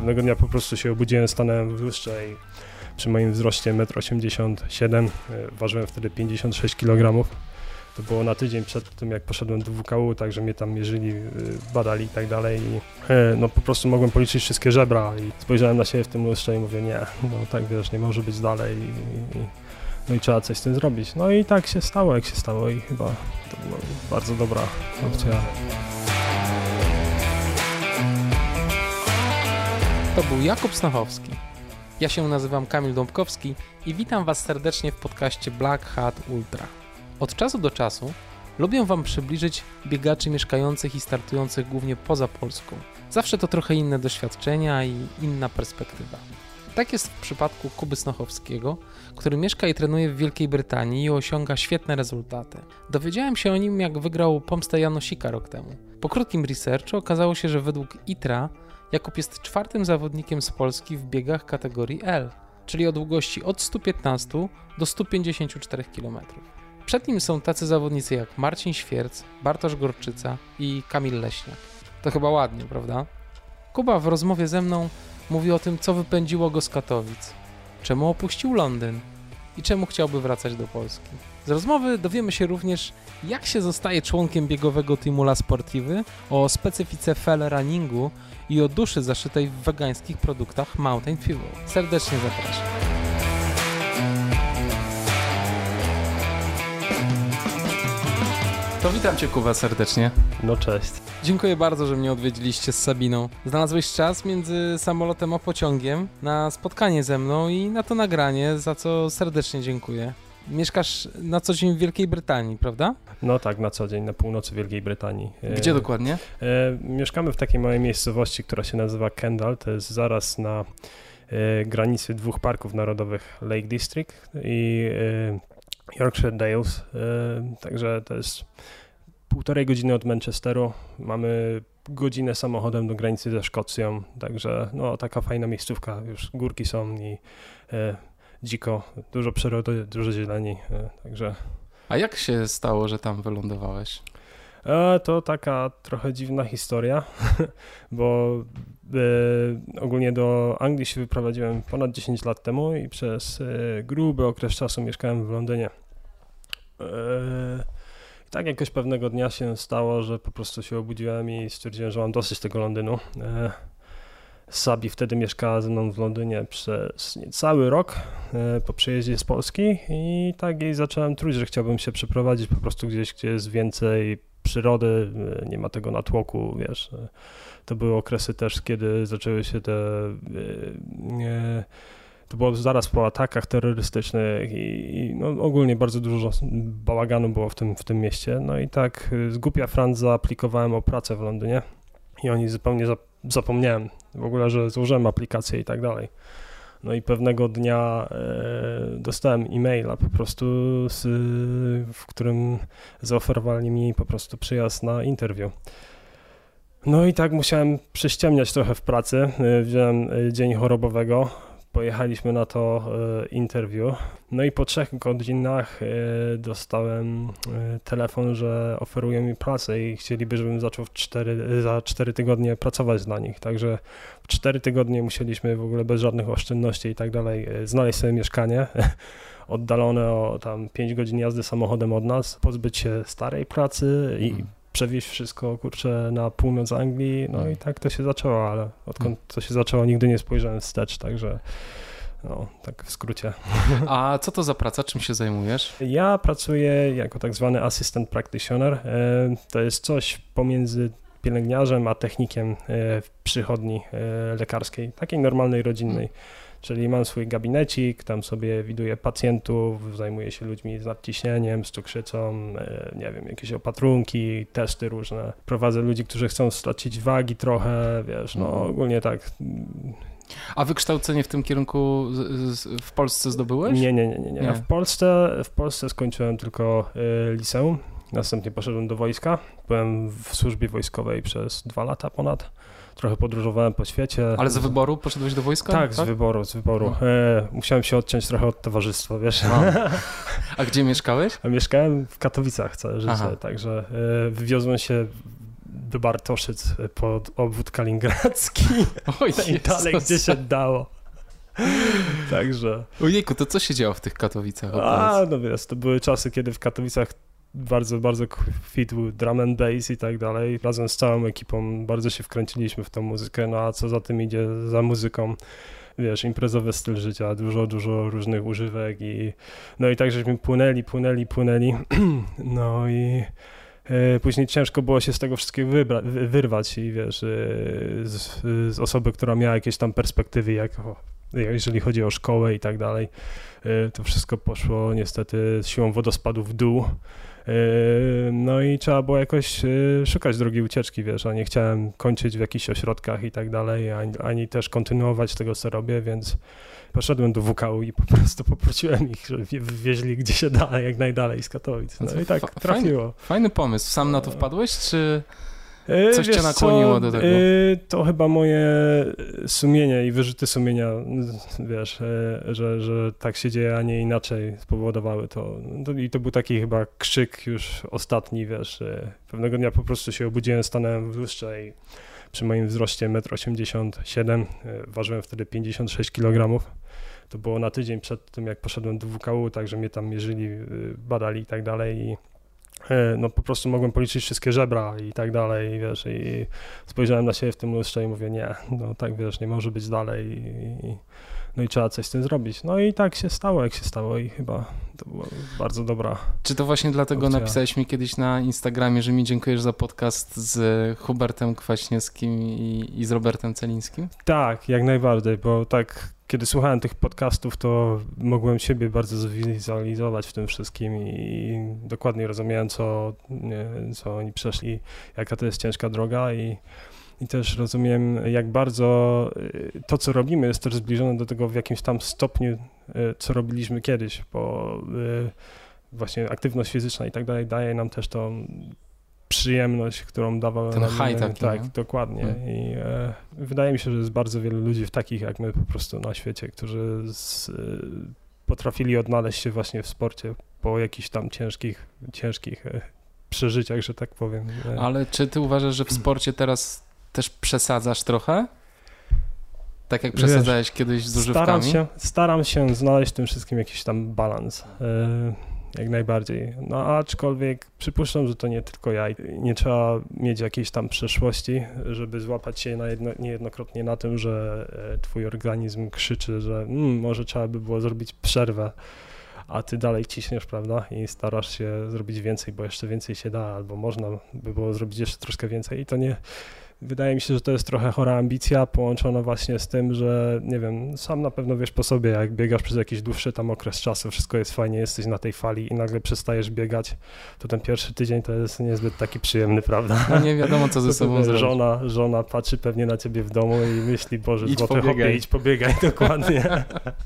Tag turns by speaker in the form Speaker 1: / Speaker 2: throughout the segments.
Speaker 1: pewnego dnia po prostu się obudziłem, stanąłem w lustrze i przy moim wzroście 1,87 m, ważyłem wtedy 56 kg. To było na tydzień przed tym, jak poszedłem do WKU, także mnie tam mierzyli, badali i tak dalej i no po prostu mogłem policzyć wszystkie żebra i spojrzałem na siebie w tym lustrze i mówię, nie, no tak wiesz, nie może być dalej no i trzeba coś z tym zrobić. No i tak się stało, jak się stało i chyba to była bardzo dobra opcja.
Speaker 2: To był Jakub Snochowski. Ja się nazywam Kamil Dąbkowski i witam Was serdecznie w podcaście Black Hat Ultra. Od czasu do czasu lubię Wam przybliżyć biegaczy mieszkających i startujących głównie poza Polską. Zawsze to trochę inne doświadczenia i inna perspektywa. Tak jest w przypadku Kuby Snochowskiego, który mieszka i trenuje w Wielkiej Brytanii i osiąga świetne rezultaty. Dowiedziałem się o nim, jak wygrał Pomstę Janosika rok temu. Po krótkim researchu okazało się, że według ITRA Jakub jest czwartym zawodnikiem z Polski w biegach kategorii L, czyli o długości od 115 do 154 km. Przed nim są tacy zawodnicy jak Marcin Świerc, Bartosz Gorczyca i Kamil Leśniak. To chyba ładnie, prawda? Kuba w rozmowie ze mną mówi o tym, co wypędziło go z Katowic, czemu opuścił Londyn i czemu chciałby wracać do Polski. Z rozmowy dowiemy się również, jak się zostaje członkiem biegowego teamu La Sportiwy, o specyfice fell runningu i o duszy zaszytej w wegańskich produktach Mountain Fuel. Serdecznie zapraszam. To witam Cię, Kuba, serdecznie.
Speaker 1: No cześć.
Speaker 2: Dziękuję bardzo, że mnie odwiedziliście z Sabiną. Znalazłeś czas między samolotem a pociągiem na spotkanie ze mną i na to nagranie, za co serdecznie dziękuję. Mieszkasz na co dzień w Wielkiej Brytanii, prawda?
Speaker 1: No tak, na co dzień, na północy Wielkiej Brytanii.
Speaker 2: Gdzie dokładnie?
Speaker 1: Mieszkamy w takiej małej miejscowości, która się nazywa Kendal. To jest zaraz na granicy dwóch parków narodowych, Lake District i Yorkshire Dales. Także to jest 1,5 godziny od Manchesteru. Mamy godzinę samochodem do granicy ze Szkocją. Także no taka fajna miejscówka. Już górki są i dziko, dużo przyrody, dużo zieleni, także...
Speaker 2: A jak się stało, że tam wylądowałeś?
Speaker 1: To taka trochę dziwna historia, bo ogólnie do Anglii się wyprowadziłem ponad 10 lat temu i przez gruby okres czasu mieszkałem w Londynie. I tak jakoś pewnego dnia się stało, że po prostu się obudziłem i stwierdziłem, że mam dosyć tego Londynu. Sabi wtedy mieszkała ze mną w Londynie przez niecały rok po przyjeździe z Polski i tak jej zacząłem truć, że chciałbym się przeprowadzić po prostu gdzieś, gdzie jest więcej przyrody, nie ma tego natłoku, wiesz. To były okresy też, kiedy zaczęły się to było zaraz po atakach terrorystycznych i no, ogólnie bardzo dużo bałaganu było w tym mieście. No i tak z głupia Franc zaaplikowałem o pracę w Londynie i oni zupełnie zapomniałem w ogóle, że złożyłem aplikację i tak dalej. No i pewnego dnia dostałem e-maila po prostu, w którym zaoferowali mi po prostu przyjazd na interview. No i tak musiałem prześciemniać trochę w pracy. Wziąłem dzień chorobowego. Pojechaliśmy na to interview, no i po 3 godzinach dostałem telefon, że oferują mi pracę i chcieliby, żebym zaczął za 4 tygodnie pracować dla nich, także w 4 tygodnie musieliśmy w ogóle bez żadnych oszczędności i tak dalej znaleźć sobie mieszkanie oddalone o tam 5 godzin jazdy samochodem od nas, pozbyć się starej pracy i przewieźć wszystko, kurczę, na północ Anglii, no i tak to się zaczęło, ale odkąd to się zaczęło, nigdy nie spojrzałem wstecz, także no, tak w skrócie.
Speaker 2: A co to za praca, czym się zajmujesz?
Speaker 1: Ja pracuję jako tak zwany assistant practitioner, to jest coś pomiędzy pielęgniarzem a technikiem w przychodni lekarskiej, takiej normalnej, rodzinnej. Czyli mam swój gabinecik, tam sobie widuję pacjentów, zajmuję się ludźmi z nadciśnieniem, z cukrzycą, nie wiem, jakieś opatrunki, testy różne. Prowadzę ludzi, którzy chcą stracić wagi trochę, wiesz, no ogólnie tak.
Speaker 2: A wykształcenie w tym kierunku w Polsce zdobyłeś?
Speaker 1: Nie. W Polsce skończyłem tylko liceum, następnie poszedłem do wojska. Byłem w służbie wojskowej przez 2 lata ponad. Trochę podróżowałem po świecie.
Speaker 2: Ale z wyboru poszedłeś do wojska?
Speaker 1: Tak, z wyboru. Musiałem się odciąć trochę od towarzystwa, wiesz.
Speaker 2: A gdzie mieszkałeś?
Speaker 1: Mieszkałem w Katowicach całe życie, także wywiozłem się do Bartoszyc pod obwód kaliningradzki.
Speaker 2: Oj,
Speaker 1: i dalej gdzie się dało. Także...
Speaker 2: Ojejku, to co się działo w tych Katowicach?
Speaker 1: No wiesz, to były czasy, kiedy w Katowicach bardzo, bardzo kwitł drum and bass i tak dalej. Razem z całą ekipą bardzo się wkręciliśmy w tą muzykę, no a co za tym idzie, za muzyką, wiesz, imprezowy styl życia, dużo różnych używek no i tak żeśmy płynęli, no i później ciężko było się z tego wszystkiego wyrwać i wiesz, z osoby, która miała jakieś tam perspektywy, jeżeli chodzi o szkołę i tak dalej, to wszystko poszło niestety z siłą wodospadu w dół. No i trzeba było jakoś szukać drogi ucieczki, wiesz, a nie chciałem kończyć w jakichś ośrodkach i tak dalej, ani też kontynuować tego, co robię, więc poszedłem do WKU i po prostu poprosiłem ich, żeby wywieźli gdzie się da, jak najdalej z Katowic. No i tak trafiło.
Speaker 2: Fajny pomysł. Sam na to wpadłeś, czy coś cię nakłoniło do tego?
Speaker 1: To chyba moje sumienie i wyrzuty sumienia, wiesz, że tak się dzieje, a nie inaczej, spowodowały to. I to był taki chyba krzyk już ostatni, wiesz. Pewnego dnia po prostu się obudziłem, stanąłem w lustrze i przy moim wzroście 1,87 m, ważyłem wtedy 56 kg. To było na tydzień przed tym, jak poszedłem do WKU, także mnie tam mierzyli, badali i tak dalej i no po prostu mogłem policzyć wszystkie żebra i tak dalej, wiesz, i spojrzałem na siebie w tym lustrze i mówię, nie, no tak, wiesz, nie może być dalej no i trzeba coś z tym zrobić. No i tak się stało, jak się stało i chyba to była bardzo dobra
Speaker 2: Czy to właśnie dlatego
Speaker 1: opcja.
Speaker 2: Napisałeś mi kiedyś na Instagramie, że mi dziękujesz za podcast z Hubertem Kwaśniewskim i z Robertem Celińskim?
Speaker 1: Tak, jak najbardziej, bo tak kiedy słuchałem tych podcastów, to mogłem siebie bardzo zwizualizować w tym wszystkim i dokładnie rozumiałem, co oni przeszli, jaka to jest ciężka droga i też rozumiem, jak bardzo to, co robimy, jest też zbliżone do tego w jakimś tam stopniu, co robiliśmy kiedyś, bo właśnie aktywność fizyczna i tak dalej daje nam też tą przyjemność, którą dawał
Speaker 2: ten high taki,
Speaker 1: tak,
Speaker 2: nie?
Speaker 1: Dokładnie. I wydaje mi się, że jest bardzo wielu ludzi takich jak my po prostu na świecie, którzy potrafili odnaleźć się właśnie w sporcie po jakichś tam ciężkich przeżyciach, że tak powiem.
Speaker 2: Ale czy ty uważasz, że w sporcie teraz też przesadzasz trochę? Tak jak przesadzałeś kiedyś z używkami?
Speaker 1: Staram się znaleźć w tym wszystkim jakiś tam balans. Jak najbardziej. No aczkolwiek przypuszczam, że to nie tylko ja. Nie trzeba mieć jakiejś tam przeszłości, żeby złapać się niejednokrotnie na tym, że twój organizm krzyczy, że może trzeba by było zrobić przerwę, a ty dalej ciśniesz, prawda? I starasz się zrobić więcej, bo jeszcze więcej się da, albo można by było zrobić jeszcze troszkę więcej i to nie... Wydaje mi się, że to jest trochę chora ambicja połączona właśnie z tym, że nie wiem, sam na pewno wiesz po sobie, jak biegasz przez jakiś dłuższy tam okres czasu, wszystko jest fajnie, jesteś na tej fali i nagle przestajesz biegać, to ten pierwszy tydzień to jest niezbyt taki przyjemny, prawda?
Speaker 2: No nie wiadomo, co ze sobą zrobić.
Speaker 1: Żona patrzy pewnie na ciebie w domu i myśli, Boże, złote
Speaker 2: pobiegaj.
Speaker 1: idź pobiegaj, dokładnie.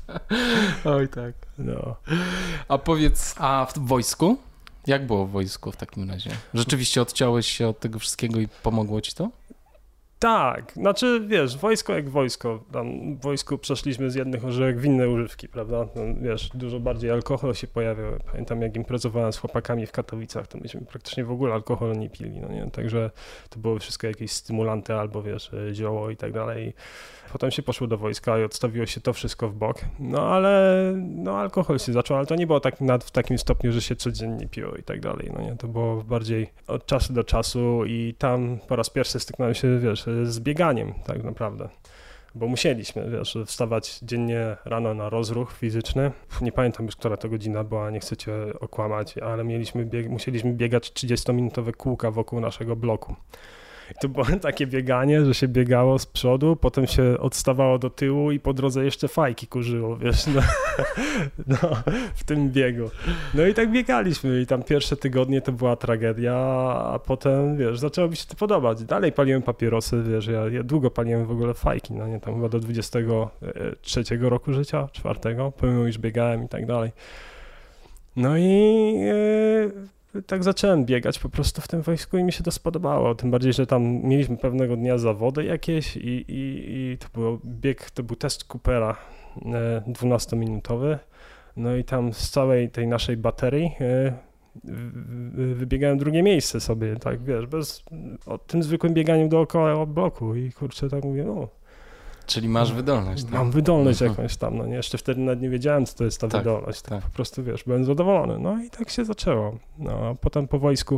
Speaker 2: Oj tak.
Speaker 1: No.
Speaker 2: A powiedz, a w wojsku? Jak było w wojsku w takim razie? Rzeczywiście odciąłeś się od tego wszystkiego i pomogło ci to?
Speaker 1: Tak, znaczy wiesz, wojsko jak wojsko, tam w wojsku przeszliśmy z jednych używek w inne używki, prawda, no, wiesz, dużo bardziej alkohol się pojawiał, pamiętam jak imprezowałem z chłopakami w Katowicach, to myśmy praktycznie w ogóle alkohol nie pili, no nie, także to były wszystko jakieś stymulanty albo wiesz, zioło i tak dalej. Potem się poszło do wojska i odstawiło się to wszystko w bok, no ale no alkohol się zaczął, ale to nie było tak w takim stopniu, że się codziennie piło i tak dalej, no nie, to było bardziej od czasu do czasu i tam po raz pierwszy styknąłem się, wiesz, z bieganiem tak naprawdę, bo musieliśmy, wiesz, wstawać dziennie rano na rozruch fizyczny, nie pamiętam już, która to godzina była, nie chcę cię okłamać, ale musieliśmy biegać 30-minutowe kółka wokół naszego bloku. I to było takie bieganie, że się biegało z przodu, potem się odstawało do tyłu i po drodze jeszcze fajki kurzyło, wiesz, no, w tym biegu. No i tak biegaliśmy i tam pierwsze tygodnie to była tragedia, a potem, wiesz, zaczęło mi się to podobać. Dalej paliłem papierosy, wiesz, ja długo paliłem w ogóle fajki, no nie, tam chyba do 23 roku życia, 4, pomimo już biegałem i tak dalej. No i... tak zacząłem biegać po prostu w tym wojsku i mi się to spodobało, tym bardziej, że tam mieliśmy pewnego dnia zawody jakieś i to był test Coopera 12-minutowy, no i tam z całej tej naszej baterii wybiegałem drugie miejsce sobie, tak wiesz, tym zwykłym bieganiem dookoła bloku i kurczę, tak mówię, no.
Speaker 2: Czyli masz wydolność. Tak?
Speaker 1: Mam wydolność jakąś tam, no nie, jeszcze wtedy nawet nie wiedziałem, co to jest ta wydolność, tak. Po prostu wiesz, byłem zadowolony, no i tak się zaczęło, no a potem po wojsku,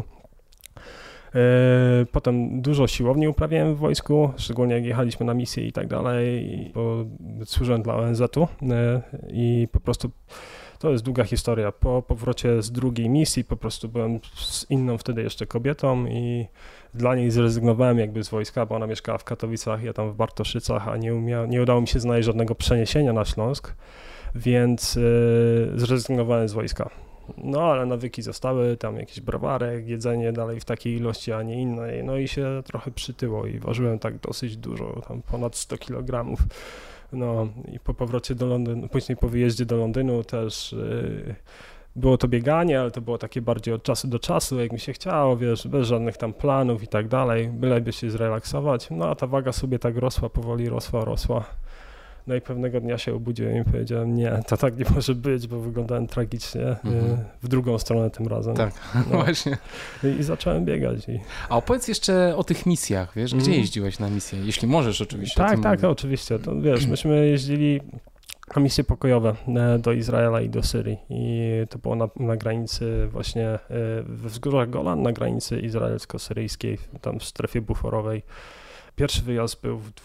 Speaker 1: potem dużo siłowni uprawiałem w wojsku, szczególnie jak jechaliśmy na misje i tak dalej, bo służyłem dla ONZ-u i po prostu to jest długa historia. Po powrocie z drugiej misji po prostu byłem z inną wtedy jeszcze kobietą i dla niej zrezygnowałem jakby z wojska, bo ona mieszkała w Katowicach, ja tam w Bartoszycach, a nie udało mi się znaleźć żadnego przeniesienia na Śląsk, więc zrezygnowałem z wojska. No ale nawyki zostały, tam jakiś browarek, jedzenie dalej w takiej ilości, a nie innej, no i się trochę przytyło i ważyłem tak dosyć dużo, tam ponad 100 kg. No i po powrocie do Londynu, później po wyjeździe do Londynu też było to bieganie, ale to było takie bardziej od czasu do czasu, jak mi się chciało, wiesz, bez żadnych tam planów i tak dalej, byleby się zrelaksować. No a ta waga sobie tak rosła, powoli rosła. No i pewnego dnia się obudziłem i powiedziałem, nie, to tak nie może być, bo wyglądałem tragicznie, w drugą stronę tym razem.
Speaker 2: Tak, no właśnie.
Speaker 1: I zacząłem biegać.
Speaker 2: A opowiedz jeszcze o tych misjach, wiesz, gdzie jeździłeś na misję? Jeśli możesz oczywiście.
Speaker 1: Tak, oczywiście. To wiesz, myśmy jeździli na misje pokojowe do Izraela i do Syrii i to było na granicy właśnie we wzgórzach Golan, na granicy izraelsko-syryjskiej, tam w strefie buforowej. Pierwszy wyjazd był w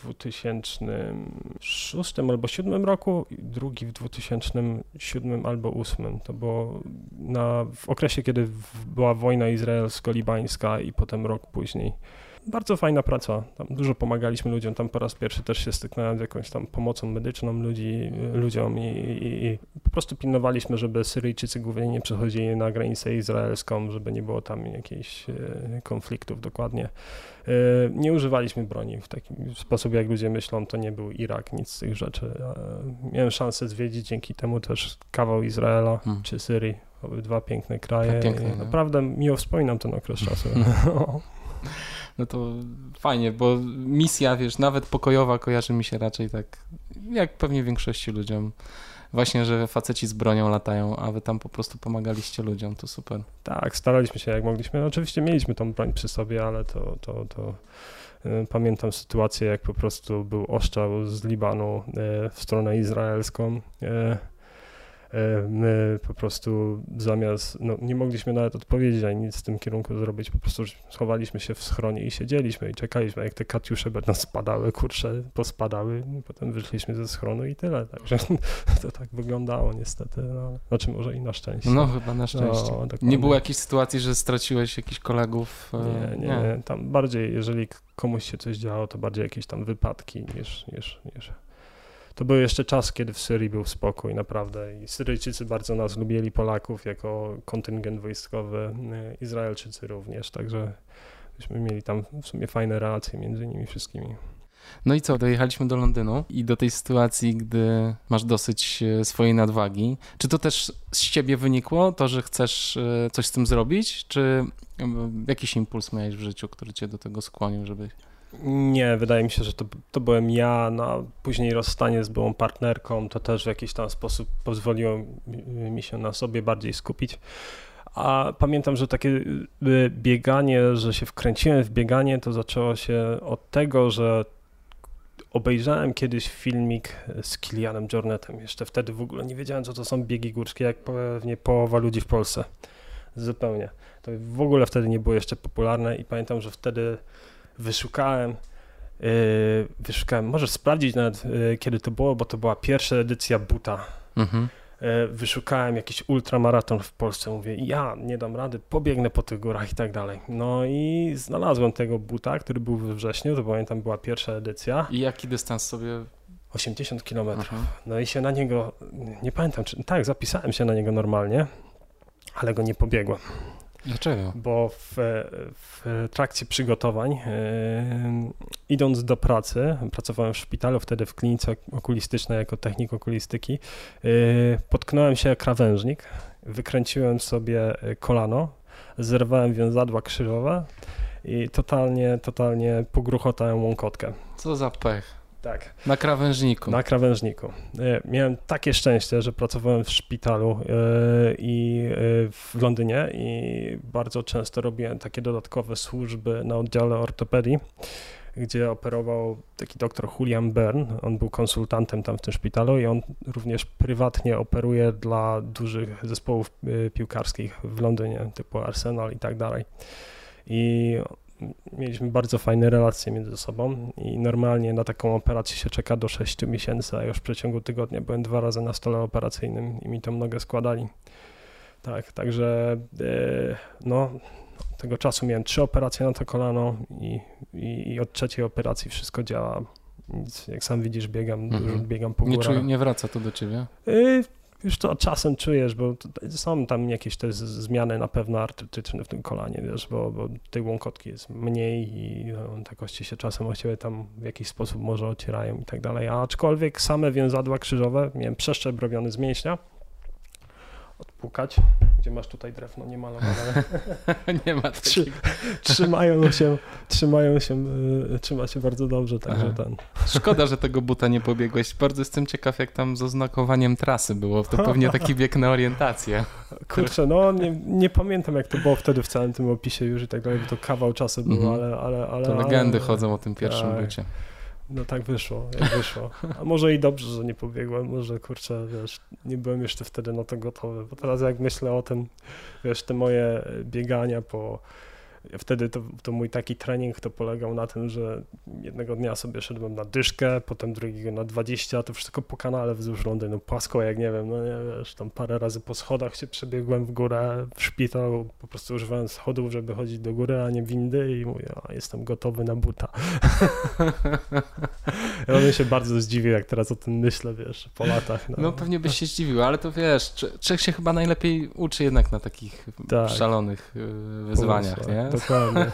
Speaker 1: 2006 albo 2007 roku, drugi w 2007 albo 2008. To było w okresie, kiedy była wojna izraelsko-libańska i potem rok później. Bardzo fajna praca, tam dużo pomagaliśmy ludziom, tam po raz pierwszy też się styknąłem z jakąś tam pomocą medyczną ludziom i po prostu pilnowaliśmy, żeby Syryjczycy głównie nie przechodzili na granicę izraelską, żeby nie było tam jakichś konfliktów dokładnie. Nie używaliśmy broni w taki sposób, jak ludzie myślą, to nie był Irak, nic z tych rzeczy. Miałem szansę zwiedzić dzięki temu też kawał Izraela czy Syrii, obydwa piękne kraje.
Speaker 2: Piękne, no.
Speaker 1: Naprawdę miło wspominam ten okres czasu.
Speaker 2: No to fajnie, bo misja, wiesz, nawet pokojowa kojarzy mi się raczej tak, jak pewnie większości ludziom. Właśnie, że faceci z bronią latają, a wy tam po prostu pomagaliście ludziom, to super. Tak,
Speaker 1: staraliśmy się jak mogliśmy. No, oczywiście mieliśmy tą broń przy sobie, ale to pamiętam sytuację, jak po prostu był ostrzał z Libanu w stronę izraelską. My po prostu zamiast, nie mogliśmy nawet odpowiedzieć ani nic w tym kierunku zrobić, po prostu schowaliśmy się w schronie i siedzieliśmy i czekaliśmy, jak te katiusze będą spadały, kurczę, pospadały, potem wyszliśmy ze schronu i tyle, także to tak wyglądało niestety, znaczy może i na szczęście.
Speaker 2: No chyba na szczęście. Nie było jakiejś sytuacji, że straciłeś jakichś kolegów?
Speaker 1: Nie, tam bardziej, jeżeli komuś się coś działo, to bardziej jakieś tam wypadki niż... To był jeszcze czas, kiedy w Syrii był spokój, naprawdę. I Syryjczycy bardzo nas lubili, Polaków, jako kontyngent wojskowy, Izraelczycy również, także myśmy mieli tam w sumie fajne relacje między nimi wszystkimi.
Speaker 2: No i co, dojechaliśmy do Londynu i do tej sytuacji, gdy masz dosyć swojej nadwagi. Czy to też z ciebie wynikło, to, że chcesz coś z tym zrobić, czy jakiś impuls miałeś w życiu, który cię do tego skłonił, żeby...
Speaker 1: Nie, wydaje mi się, że to byłem ja, później rozstanie z byłą partnerką, to też w jakiś tam sposób pozwoliło mi się na sobie bardziej skupić. A pamiętam, że takie bieganie, że się wkręciłem w bieganie, to zaczęło się od tego, że obejrzałem kiedyś filmik z Kilianem Jornetem. Jeszcze wtedy w ogóle nie wiedziałem, co to są biegi górskie, jak pewnie połowa ludzi w Polsce. Zupełnie. To w ogóle wtedy nie było jeszcze popularne i pamiętam, że wtedy wyszukałem, możesz sprawdzić nawet kiedy to było, bo to była pierwsza edycja buta. Wyszukałem jakiś ultramaraton w Polsce, mówię, ja nie dam rady, pobiegnę po tych górach i tak dalej. No i znalazłem tego buta, który był we wrześniu, to pamiętam, była pierwsza edycja.
Speaker 2: I jaki dystans sobie?
Speaker 1: 80 km. No i się na niego, nie pamiętam, zapisałem się na niego normalnie, ale go nie pobiegłem.
Speaker 2: Dlaczego?
Speaker 1: Bo w trakcie przygotowań, idąc do pracy, pracowałem w szpitalu, wtedy w klinice okulistycznej jako technik okulistyki, potknąłem się krawężnik, wykręciłem sobie kolano, zerwałem więzadła krzyżowe i totalnie pogruchotałem łąkotkę.
Speaker 2: Co za pech.
Speaker 1: Tak.
Speaker 2: Na krawężniku.
Speaker 1: Na krawężniku. Miałem takie szczęście, że pracowałem w szpitalu i w Londynie i bardzo często robiłem takie dodatkowe służby na oddziale ortopedii, gdzie operował taki doktor Julian Byrne. On był konsultantem tam w tym szpitalu i on również prywatnie operuje dla dużych zespołów piłkarskich w Londynie, typu Arsenal i tak dalej. I mieliśmy bardzo fajne relacje między sobą i normalnie na taką operację się czeka do 6 miesięcy, a już w przeciągu tygodnia byłem 2 razy na stole operacyjnym i mi tą nogę składali. Tak, także no, tego czasu miałem 3 operacje na to kolano i od 3. operacji wszystko działa. Nic, jak sam widzisz, biegam po górach.
Speaker 2: Nie wraca to do ciebie?
Speaker 1: Już to czasem czujesz, bo są tam jakieś te zmiany na pewno artretyczne w tym kolanie, wiesz, bo tej łąkotki jest mniej i te kości się czasem o ciebie tam w jakiś sposób może ocierają i tak dalej. Aczkolwiek same więzadła krzyżowe, miałem przeszczep robiony z mięśnia, odpukać, gdzie masz tutaj drewno niemalowane.
Speaker 2: Nie ma takiego.
Speaker 1: Trzyma się bardzo dobrze, także ten.
Speaker 2: Szkoda, że tego buta nie pobiegłeś. Bardzo jestem ciekaw, jak tam z oznakowaniem trasy było. To pewnie taki bieg na orientację.
Speaker 1: Kurczę, no nie pamiętam, jak to było wtedy w całym tym opisie już i tak dalej, bo to kawał czasu było, ale...
Speaker 2: To legendy chodzą o tym pierwszym bucie.
Speaker 1: No tak wyszło, jak wyszło. A może i dobrze, że nie pobiegłem, może kurczę, wiesz, nie byłem jeszcze wtedy na to gotowy, bo teraz jak myślę o tym, wiesz, te moje biegania wtedy to mój taki trening to polegał na tym, że jednego dnia sobie szedłem na dyszkę, potem drugiego na 20, to wszystko po kanale wzdłuż Londynu, płasko jak nie wiem, no nie wiesz, tam parę razy po schodach się przebiegłem w górę, w szpitalu, po prostu używałem schodów, żeby chodzić do góry, a nie windy i mówię, jestem gotowy na buta. Ja bym się bardzo zdziwił, jak teraz o tym myślę, wiesz, po latach.
Speaker 2: No pewnie byś się zdziwił, ale to wiesz, Czech się chyba najlepiej uczy jednak na takich szalonych wyzwaniach, nie?
Speaker 1: Dokładnie.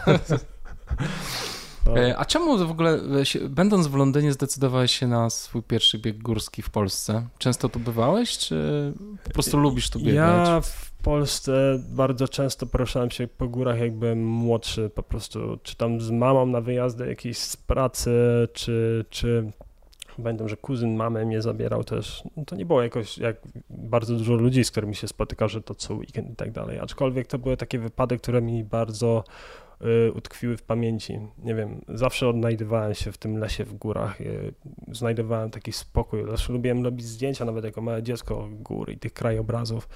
Speaker 2: A czemu w ogóle, będąc w Londynie, zdecydowałeś się na swój pierwszy bieg górski w Polsce? Często tu bywałeś, czy po prostu lubisz tu biegać?
Speaker 1: Ja w Polsce bardzo często poruszałem się po górach, jak byłem młodszy, po prostu czy tam z mamą na wyjazdy jakieś z pracy, czy pamiętam, że kuzyn mamy mnie zabierał też. No to nie było jakoś jak bardzo dużo ludzi, z którymi się spotyka, że to co weekend i tak dalej. Aczkolwiek to były takie wypady, które mi bardzo utkwiły w pamięci. Nie wiem, zawsze odnajdywałem się w tym lesie w górach. Znajdowałem taki spokój. Zawsze lubiłem robić zdjęcia, nawet jako małe dziecko, gór i tych krajobrazów.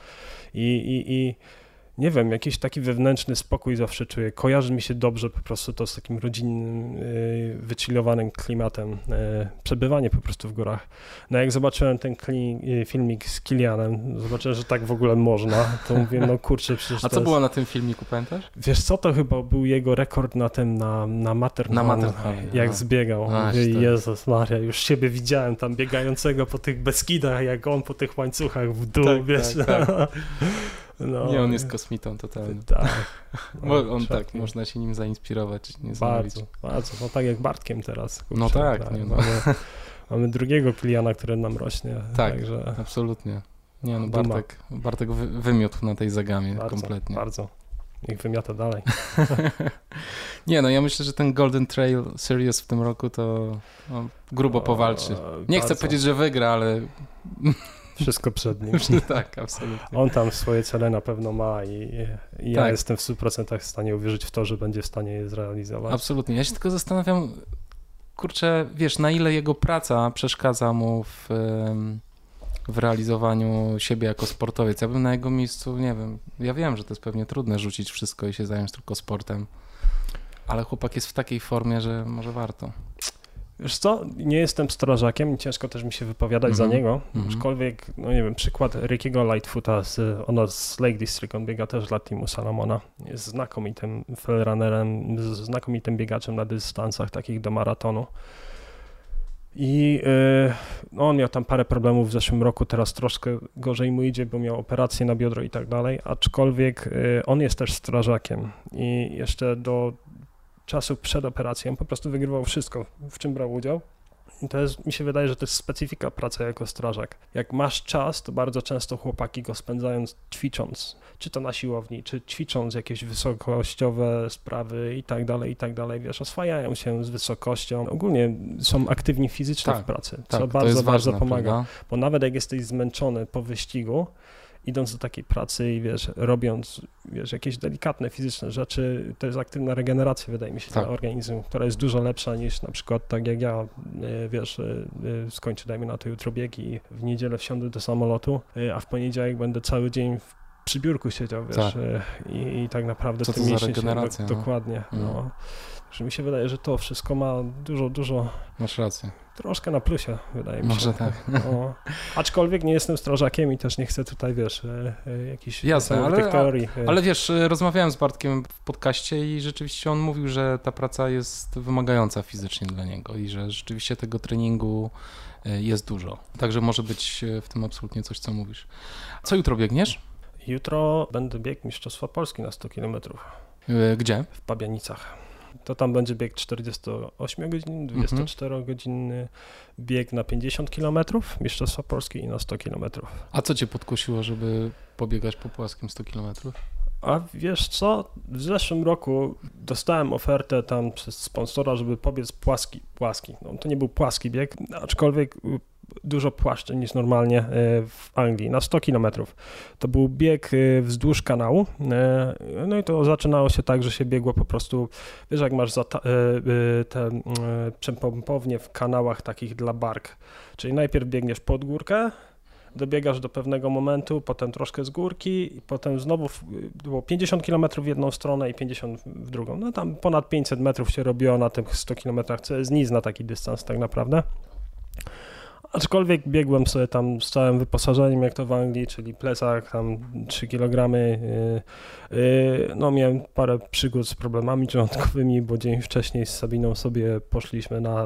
Speaker 1: I nie wiem, jakiś taki wewnętrzny spokój zawsze czuję. Kojarzy mi się dobrze po prostu to z takim rodzinnym, wychillowanym klimatem, przebywanie po prostu w górach. No jak zobaczyłem ten filmik z Kilianem, zobaczyłem, że tak w ogóle można, to mówię, no kurczę, przecież
Speaker 2: A co było na tym filmiku, pamiętasz?
Speaker 1: Wiesz co, to chyba był jego rekord na Matterhorn, jak zbiegał. Mówię, Jezus Maria, już siebie widziałem tam biegającego po tych Beskidach, jak on po tych łańcuchach w dół,
Speaker 2: tak,
Speaker 1: wiesz.
Speaker 2: Tak.
Speaker 1: No.
Speaker 2: Nie, on jest kosmitą totalnie.
Speaker 1: Tak.
Speaker 2: On tak, można się nim zainspirować.
Speaker 1: Bardzo. No tak jak Bartkiem teraz. Kurczę,
Speaker 2: no tak.
Speaker 1: Mamy drugiego Kiliana, który nam rośnie.
Speaker 2: Tak,
Speaker 1: także...
Speaker 2: absolutnie. Nie, no Bartek wymiótł na tej zagamie kompletnie.
Speaker 1: Bardzo. Niech wymiata dalej.
Speaker 2: Nie, no ja myślę, że ten Golden Trail Series w tym roku to grubo powalczy. Nie chcę powiedzieć, że wygra, ale...
Speaker 1: Wszystko przed nim.
Speaker 2: Tak, absolutnie.
Speaker 1: On tam swoje cele na pewno ma i ja jestem w 100% w stanie uwierzyć w to, że będzie w stanie je zrealizować.
Speaker 2: Absolutnie. Ja się tylko zastanawiam, kurczę, wiesz, na ile jego praca przeszkadza mu w realizowaniu siebie jako sportowiec. Ja bym na jego miejscu, nie wiem, ja wiem, że to jest pewnie trudne rzucić wszystko i się zająć tylko sportem, ale chłopak jest w takiej formie, że może warto.
Speaker 1: Wiesz co, nie jestem strażakiem i ciężko też mi się wypowiadać za niego, aczkolwiek, no nie wiem, przykład Rickiego Lightfoota z Lake District, on biega też dla teamu Salomona, jest znakomitym trailrunnerem, znakomitym biegaczem na dystansach takich do maratonu i on miał tam parę problemów w zeszłym roku, teraz troszkę gorzej mu idzie, bo miał operację na biodro i tak dalej, aczkolwiek on jest też strażakiem i jeszcze do czasów przed operacją po prostu wygrywał wszystko, w czym brał udział I to jest, mi się wydaje, że to jest specyfika pracy jako strażak. Jak masz czas, to bardzo często chłopaki go spędzają ćwicząc, czy to na siłowni, czy ćwicząc jakieś wysokościowe sprawy i tak dalej, wiesz, oswajają się z wysokością. Ogólnie są aktywni fizycznie w pracy, co bardzo, bardzo pomaga, prawda? Bo nawet jak jesteś zmęczony po wyścigu, idąc do takiej pracy i wiesz, robiąc jakieś delikatne fizyczne rzeczy, to jest aktywna regeneracja, wydaje mi się, dla organizmu, która jest dużo lepsza niż na przykład tak jak ja, wiesz, skończę, dajmy na to jutro bieg i w niedzielę wsiądę do samolotu, a w poniedziałek będę cały dzień przy biurku siedział, wiesz, i tak naprawdę
Speaker 2: co to za regeneracja,
Speaker 1: dokładnie, no. Że mi się wydaje, że to wszystko ma dużo...
Speaker 2: Masz rację.
Speaker 1: Troszkę na plusie, wydaje mi się.
Speaker 2: Może tak.
Speaker 1: No. Aczkolwiek nie jestem strażakiem i też nie chcę tutaj, wiesz, jakichś
Speaker 2: tych
Speaker 1: teorii.
Speaker 2: Ale wiesz, rozmawiałem z Bartkiem w podcaście i rzeczywiście on mówił, że ta praca jest wymagająca fizycznie dla niego i że rzeczywiście tego treningu jest dużo. Także może być w tym absolutnie coś, co mówisz. Co jutro biegniesz?
Speaker 1: Jutro będę biegł Mistrzostwa Polski na 100 km.
Speaker 2: Gdzie?
Speaker 1: W Pabianicach. To tam będzie bieg 48 godzin, 24-godzinny bieg na 50 km, Mistrzostwa Polski i na 100 km.
Speaker 2: A co cię podkusiło, żeby pobiegać po płaskim 100 km?
Speaker 1: A wiesz co, w zeszłym roku dostałem ofertę tam przez sponsora, żeby pobiec płaski. No, to nie był płaski bieg, aczkolwiek dużo płaszczy niż normalnie w Anglii, na 100 km. To był bieg wzdłuż kanału, no i to zaczynało się tak, że się biegło po prostu, wiesz, jak masz te przepompownie w kanałach takich dla bark, czyli najpierw biegniesz pod górkę, dobiegasz do pewnego momentu, potem troszkę z górki i potem znowu było 50 km w jedną stronę i 50 w drugą. No tam ponad 500 metrów się robiło na tych 100 km, co jest nic na taki dystans tak naprawdę. Aczkolwiek biegłem sobie tam z całym wyposażeniem, jak to w Anglii, czyli plecak, tam 3 kg. No miałem parę przygód z problemami żołądkowymi, bo dzień wcześniej z Sabiną sobie poszliśmy na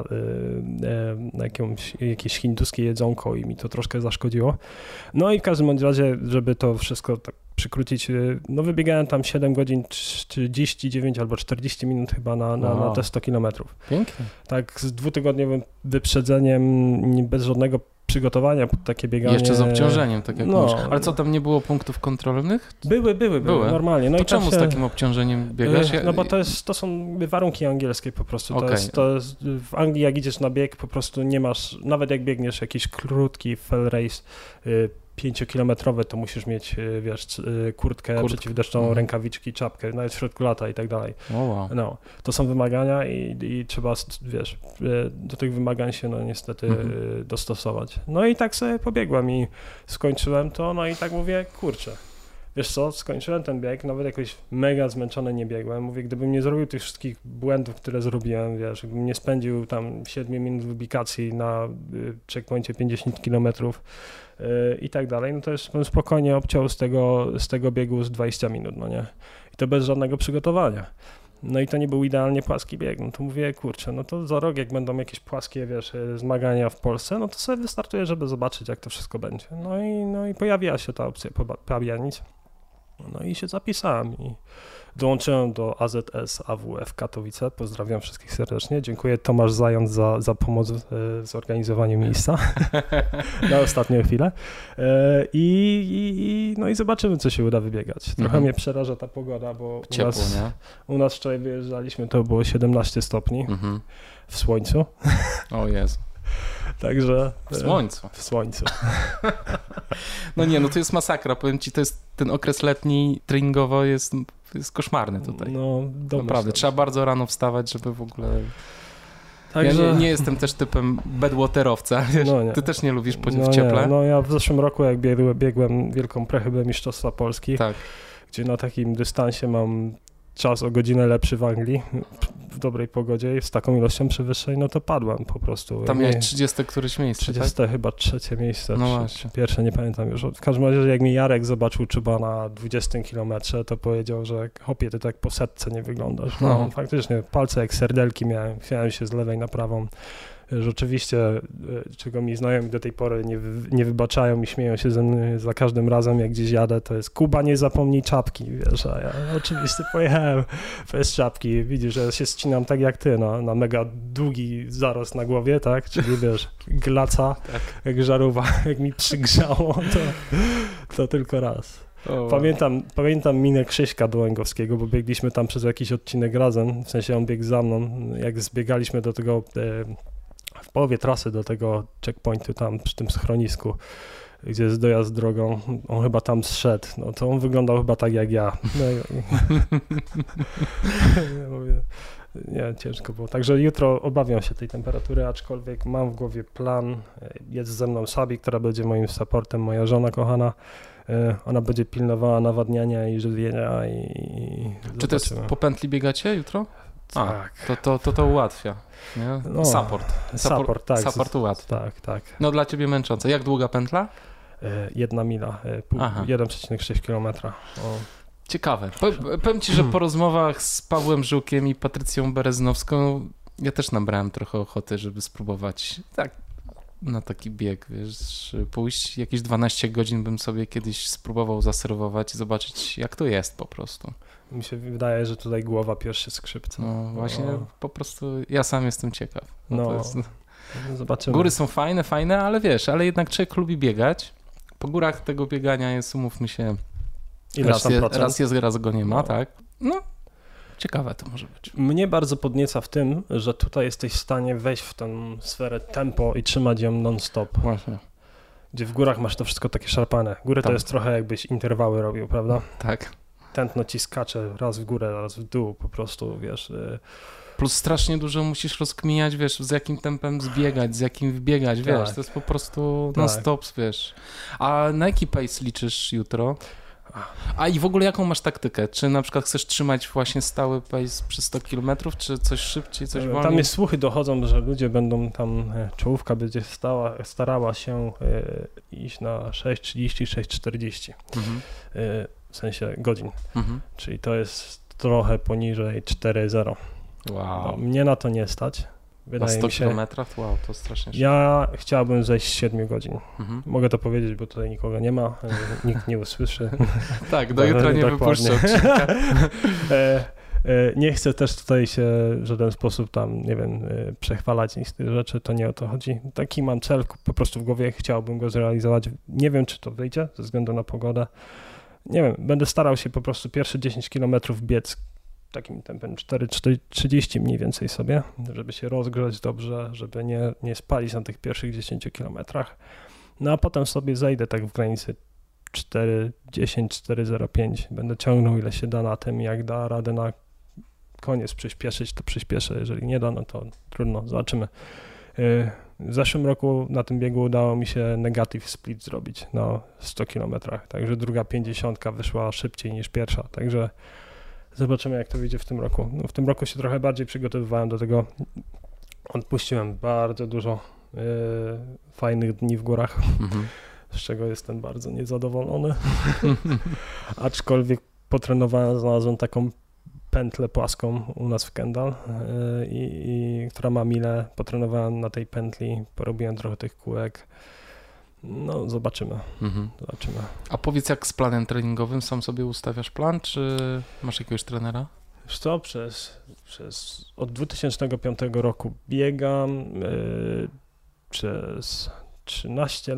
Speaker 1: jakieś hinduskie jedzonko i mi to troszkę zaszkodziło. No i w każdym razie, żeby to wszystko tak przykrócić, no wybiegałem tam 7 godzin 39 albo 40 minut chyba na te 100 kilometrów.
Speaker 2: Pięknie.
Speaker 1: Tak z 2-tygodniowym wyprzedzeniem, bez żadnego przygotowania pod takie bieganie.
Speaker 2: Jeszcze z obciążeniem, tak jak mówisz. Ale co, tam nie było punktów kontrolnych?
Speaker 1: Były normalnie. No
Speaker 2: to
Speaker 1: i
Speaker 2: czemu z takim obciążeniem biegasz?
Speaker 1: No bo to są warunki angielskie po prostu. To jest, w Anglii jak idziesz na bieg, po prostu nie masz, nawet jak biegniesz jakiś krótki fell race, 5-kilometrowe, to musisz mieć, wiesz, kurtkę przeciwdeszczową, rękawiczki, czapkę, nawet w środku lata i tak dalej.
Speaker 2: Wow.
Speaker 1: No, to są wymagania i trzeba, wiesz, do tych wymagań się no niestety dostosować. No i tak sobie pobiegłem i skończyłem to, no i tak mówię, kurczę, wiesz co, skończyłem ten bieg, nawet jakoś mega zmęczony nie biegłem. Mówię, gdybym nie zrobił tych wszystkich błędów, które zrobiłem, wiesz, gdybym nie spędził tam 7 minut w ubikacji na checkpoincie 50 kilometrów, i tak dalej, no to już bym spokojnie obciął z tego biegu z 20 minut, no nie? I to bez żadnego przygotowania. No i to nie był idealnie płaski bieg, no to mówię, kurczę, no to za rok jak będą jakieś płaskie, wiesz, zmagania w Polsce, no to sobie wystartuję, żeby zobaczyć, jak to wszystko będzie. No i pojawiła się ta opcja Pabianic, no i się zapisałem i dołączyłem do AZS AWF Katowice. Pozdrawiam wszystkich serdecznie. Dziękuję Tomasz Zając za pomoc w zorganizowaniu miejsca na ostatnią chwilę. No i zobaczymy, co się uda wybiegać. Trochę mnie przeraża ta pogoda, bo
Speaker 2: ciepło,
Speaker 1: u nas wczoraj wyjeżdżaliśmy, to było 17 stopni w słońcu.
Speaker 2: O Jezu.
Speaker 1: Także...
Speaker 2: W słońcu.
Speaker 1: W słońcu.
Speaker 2: No nie, no to jest masakra. Powiem ci, ten okres letni treningowo jest koszmarny tutaj.
Speaker 1: No,
Speaker 2: naprawdę. Trzeba bardzo rano wstawać, żeby w ogóle...
Speaker 1: Także...
Speaker 2: Ja nie jestem też typem bedwaterowca, wiesz? No ty też nie lubisz w cieple?
Speaker 1: No ja w zeszłym roku, jak biegłem Wielką Prechybę Mistrzostwa Polski, gdzie na takim dystansie mam czas o godzinę lepszy w Anglii, w dobrej pogodzie i z taką ilością przewyższeń, no to padłem po prostu.
Speaker 2: Tam miałeś 30 któreś miejsce,
Speaker 1: 30 chyba trzecie miejsce,
Speaker 2: no
Speaker 1: czy pierwsze, nie pamiętam już. W każdym razie jak mi Jarek zobaczył Czuba na 20 kilometrze, to powiedział, że hopie, ty tak po setce nie wyglądasz. No faktycznie, palce jak serdelki miałem, chwiałem się z lewej na prawą. że oczywiście, czego mi znajomi do tej pory nie wybaczają i śmieją się ze mnie za każdym razem, jak gdzieś jadę, to jest Kuba, nie zapomnij czapki, wiesz, a ja oczywiście pojechałem bez czapki, widzisz, że ja się ścinam tak jak ty, na mega długi zarost na głowie, tak, czyli wiesz, glaca, tak. Jak żarówa, jak mi przygrzało, to tylko raz. Pamiętam minę Krzyśka Dołęgowskiego, bo biegliśmy tam przez jakiś odcinek razem, w sensie on biegł za mną, jak zbiegaliśmy do tego, w połowie trasy do tego checkpointu tam przy tym schronisku, gdzie jest dojazd drogą, on chyba tam zszedł, no to on wyglądał chyba tak jak ja. Nie, ciężko było. Także jutro obawiam się tej temperatury, aczkolwiek mam w głowie plan, jest ze mną Sabi, która będzie moim supportem, moja żona kochana. Ona będzie pilnowała nawadniania i żywienia i
Speaker 2: Czy to jest po pętli biegacie jutro?
Speaker 1: Tak.
Speaker 2: To ułatwia. Nie?
Speaker 1: No, support, tak.
Speaker 2: Support ułatwia.
Speaker 1: Tak.
Speaker 2: No dla ciebie męczące. Jak długa pętla?
Speaker 1: 1 mila, 1,6 km.
Speaker 2: Ciekawe. Powiem ci, że po rozmowach z Pawłem Żółkiem i Patrycją Bereznowską ja też nabrałem trochę ochoty, żeby spróbować na taki bieg, wiesz, pójść jakieś 12 godzin bym sobie kiedyś spróbował zaserwować i zobaczyć, jak to jest po prostu.
Speaker 1: Mi się wydaje, że tutaj głowa pierwsze skrzypce.
Speaker 2: No właśnie, po prostu ja sam jestem ciekaw.
Speaker 1: Zobaczymy.
Speaker 2: Góry są fajne, ale wiesz, ale jednak człowiek lubi biegać. Po górach tego biegania jest, umówmy się, raz jest, raz go nie ma, tak? No, ciekawe to może być.
Speaker 1: Mnie bardzo podnieca w tym, że tutaj jesteś w stanie wejść w tę sferę tempo i trzymać ją non-stop.
Speaker 2: Właśnie.
Speaker 1: Gdzie w górach masz to wszystko takie szarpane. Góry to jest trochę jakbyś interwały robił, prawda?
Speaker 2: Tak.
Speaker 1: Tętno ci skacze raz w górę, raz w dół, po prostu, wiesz.
Speaker 2: Plus strasznie dużo musisz rozkminiać, wiesz, z jakim tempem zbiegać, z jakim wbiegać, wiesz, to jest po prostu non-stop, wiesz. A na jaki pace liczysz jutro? A i w ogóle jaką masz taktykę? Czy na przykład chcesz trzymać właśnie stały pace przez 100 km, czy coś szybciej, coś wolniej?
Speaker 1: Tam jest słuchy dochodzą, że ludzie będą tam, czołówka będzie starała się iść na 6,30, 6,40 w sensie godzin, czyli to jest trochę poniżej 4,0.
Speaker 2: Wow.
Speaker 1: No, mnie na to nie stać.
Speaker 2: Na 100 kilometrach? Wow, to strasznie szybko.
Speaker 1: Ja chciałbym zejść 7 godzin. Mogę to powiedzieć, bo tutaj nikogo nie ma, nikt nie usłyszy.
Speaker 2: Tak, do jutra nie wypuszczę.
Speaker 1: Nie chcę też tutaj się w żaden sposób tam, nie wiem, przechwalać nic z tych rzeczy, to nie o to chodzi. Taki mam cel po prostu w głowie, chciałbym go zrealizować. Nie wiem, czy to wyjdzie ze względu na pogodę. Nie wiem, będę starał się po prostu pierwsze 10 kilometrów biec takim tempem 4,30 mniej więcej sobie, żeby się rozgrzać dobrze, żeby nie spalić na tych pierwszych 10 kilometrach. No a potem sobie zejdę tak w granicy 4,10, 4,05. Będę ciągnął ile się da na tym, jak da radę na koniec przyspieszyć, to przyspieszę, jeżeli nie da, no to trudno, zobaczymy. W zeszłym roku na tym biegu udało mi się negative split zrobić na 100 kilometrach, także druga 50 wyszła szybciej niż pierwsza, także zobaczymy, jak to wyjdzie w tym roku. No, w tym roku się trochę bardziej przygotowywałem do tego. Odpuściłem bardzo dużo fajnych dni w górach, z czego jestem bardzo niezadowolony. Aczkolwiek potrenowałem, znalazłem taką pętlę płaską u nas w Kendall, która ma milę. Potrenowałem na tej pętli, porobiłem trochę tych kółek. No, zobaczymy.
Speaker 2: A powiedz, jak z planem treningowym? Sam sobie ustawiasz plan, czy masz jakiegoś trenera?
Speaker 1: Wiesz co, od 2005 roku biegam, przez 13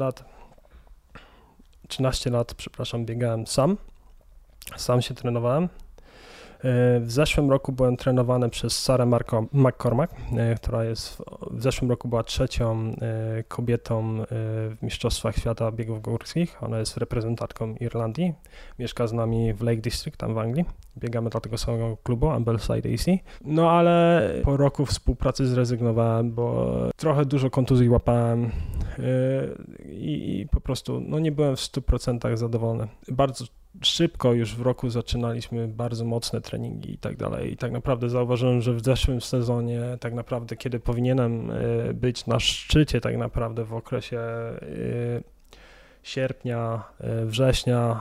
Speaker 1: lat, biegałem sam się trenowałem. W zeszłym roku byłem trenowany przez Sarah McCormack, która w zeszłym roku była trzecią kobietą w Mistrzostwach Świata Biegów Górskich. Ona jest reprezentantką Irlandii. Mieszka z nami w Lake District, tam w Anglii. Biegamy dla tego samego klubu, Ambleside AC. No ale po roku współpracy zrezygnowałem, bo trochę dużo kontuzji łapałem i po prostu nie byłem w 100% zadowolony. Bardzo szybko już w roku zaczynaliśmy bardzo mocne treningi i tak dalej. I tak naprawdę zauważyłem, że w zeszłym sezonie tak naprawdę, kiedy powinienem być na szczycie tak naprawdę w okresie sierpnia, września,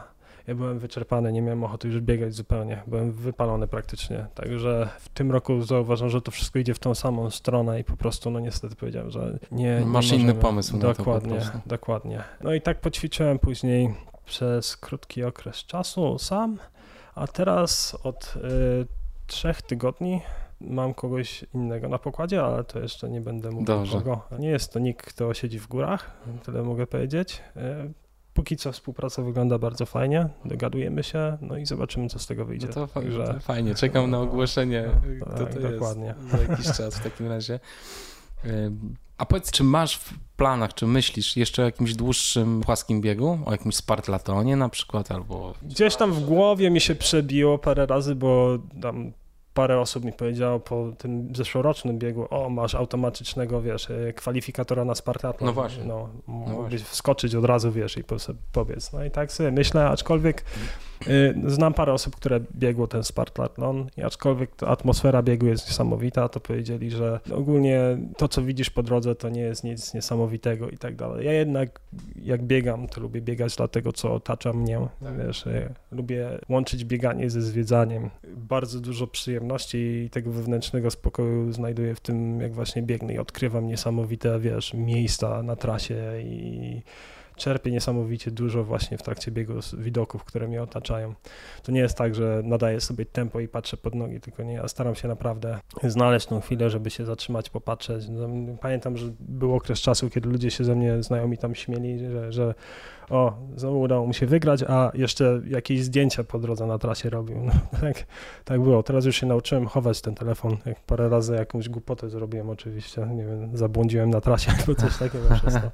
Speaker 1: ja byłem wyczerpany, nie miałem ochoty już biegać zupełnie, byłem wypalony praktycznie, także w tym roku zauważam, że to wszystko idzie w tą samą stronę i po prostu, no niestety powiedziałem, że nie
Speaker 2: masz inny pomysł na to po prostu.
Speaker 1: Dokładnie. No i tak poćwiczyłem później przez krótki okres czasu sam, a teraz od 3 tygodni mam kogoś innego na pokładzie, ale to jeszcze nie będę mówił kogo. Nie jest to nikt, kto siedzi w górach, tyle mogę powiedzieć. Póki co współpraca wygląda bardzo fajnie, dogadujemy się, no i zobaczymy, co z tego wyjdzie.
Speaker 2: No to fajnie, czekam na ogłoszenie, kto to
Speaker 1: dokładnie.
Speaker 2: jest za jakiś czas w takim razie. A powiedz, czy masz w planach, czy myślisz jeszcze o jakimś dłuższym płaskim biegu, o jakimś Spartlatonie na przykład, albo...
Speaker 1: Gdzieś tam w głowie mi się przebiło parę razy, bo tam parę osób mi powiedziało po tym zeszłorocznym biegu, masz automatycznego, kwalifikatora na Spartatlon.
Speaker 2: No właśnie.
Speaker 1: Mógłbyś wskoczyć od razu, i powiedz. No i tak sobie myślę, aczkolwiek znam parę osób, które biegło ten Spartatlon i aczkolwiek ta atmosfera biegu jest niesamowita, to powiedzieli, że ogólnie to, co widzisz po drodze, to nie jest nic niesamowitego i tak dalej. Ja jednak, jak biegam, to lubię biegać dla tego, co otacza mnie. Lubię łączyć bieganie ze zwiedzaniem. Bardzo dużo przyjemności i tego wewnętrznego spokoju znajduję w tym, jak właśnie biegnę i odkrywam niesamowite, miejsca na trasie i czerpię niesamowicie dużo właśnie w trakcie biegu z widoków, które mnie otaczają. To nie jest tak, że nadaję sobie tempo i patrzę pod nogi, tylko nie, ja staram się naprawdę znaleźć tą chwilę, żeby się zatrzymać, popatrzeć. Pamiętam, że był okres czasu, kiedy ludzie się ze mnie znajomi tam śmieli, że znowu udało mu się wygrać, a jeszcze jakieś zdjęcia po drodze na trasie robił. No, tak było. Teraz już się nauczyłem chować ten telefon. Jak parę razy jakąś głupotę zrobiłem oczywiście, nie wiem, zabłądziłem na trasie albo coś takiego przez to.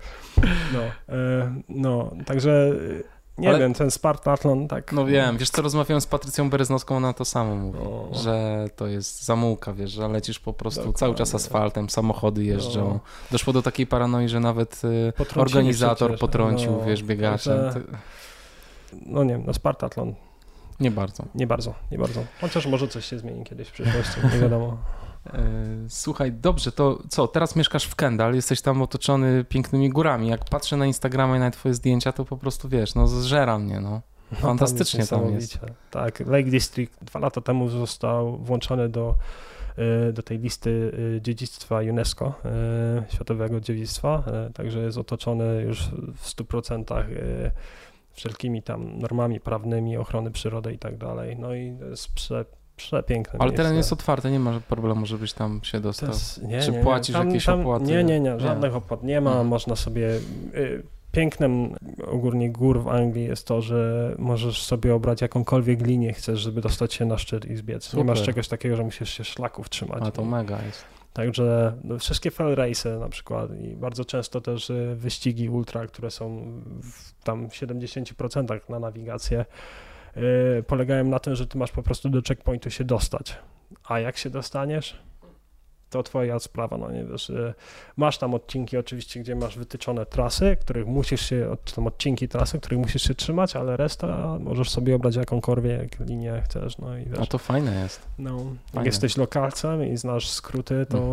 Speaker 1: Także nie wiem, ten Spartatlon tak...
Speaker 2: No wiem, wiesz co, rozmawiałem z Patrycją Bereznowską, ona to samo mówi, że to jest zamułka, że lecisz po prostu cały czas asfaltem, samochody jeżdżą. Doszło do takiej paranoi, że nawet organizator potrącił, biegacze.
Speaker 1: No nie wiem, Spartatlon.
Speaker 2: Nie bardzo.
Speaker 1: Chociaż może coś się zmieni kiedyś w przyszłości, nie wiadomo.
Speaker 2: Słuchaj, dobrze, to co, teraz mieszkasz w Kendall, jesteś tam otoczony pięknymi górami. Jak patrzę na Instagrama i na twoje zdjęcia, to po prostu zżera mnie, Fantastycznie tam jest.
Speaker 1: Tak, Lake District 2 lata temu został włączony do tej listy dziedzictwa UNESCO, światowego dziedzictwa, także jest otoczony już w 100% wszelkimi tam normami prawnymi, ochrony przyrody i tak dalej. No i to jest przepiękne.
Speaker 2: Ale teren jest otwarty, nie ma problemu, żebyś tam się dostał. Czy płacisz jakieś opłaty?
Speaker 1: Nie, żadnych opłat nie ma, można sobie... Pięknem ogólnie gór w Anglii jest to, że możesz sobie obrać jakąkolwiek linię chcesz, żeby dostać się na szczyt i zbiec. Super. Nie masz czegoś takiego, że musisz się szlaków trzymać.
Speaker 2: A to mega jest.
Speaker 1: Także wszystkie fell race'y na przykład i bardzo często też wyścigi ultra, które są tam w 70% na nawigację, polegają na tym, że ty masz po prostu do checkpointu się dostać. A jak się dostaniesz? To twoja sprawa, masz tam odcinki oczywiście, gdzie masz wytyczone trasy, których musisz się, czy tam odcinki trasy, których musisz się trzymać, ale reszta możesz sobie obrać jakąkolwiek linię chcesz, i wiesz.
Speaker 2: A to fajne jest.
Speaker 1: Jak jesteś lokalcem i znasz skróty, to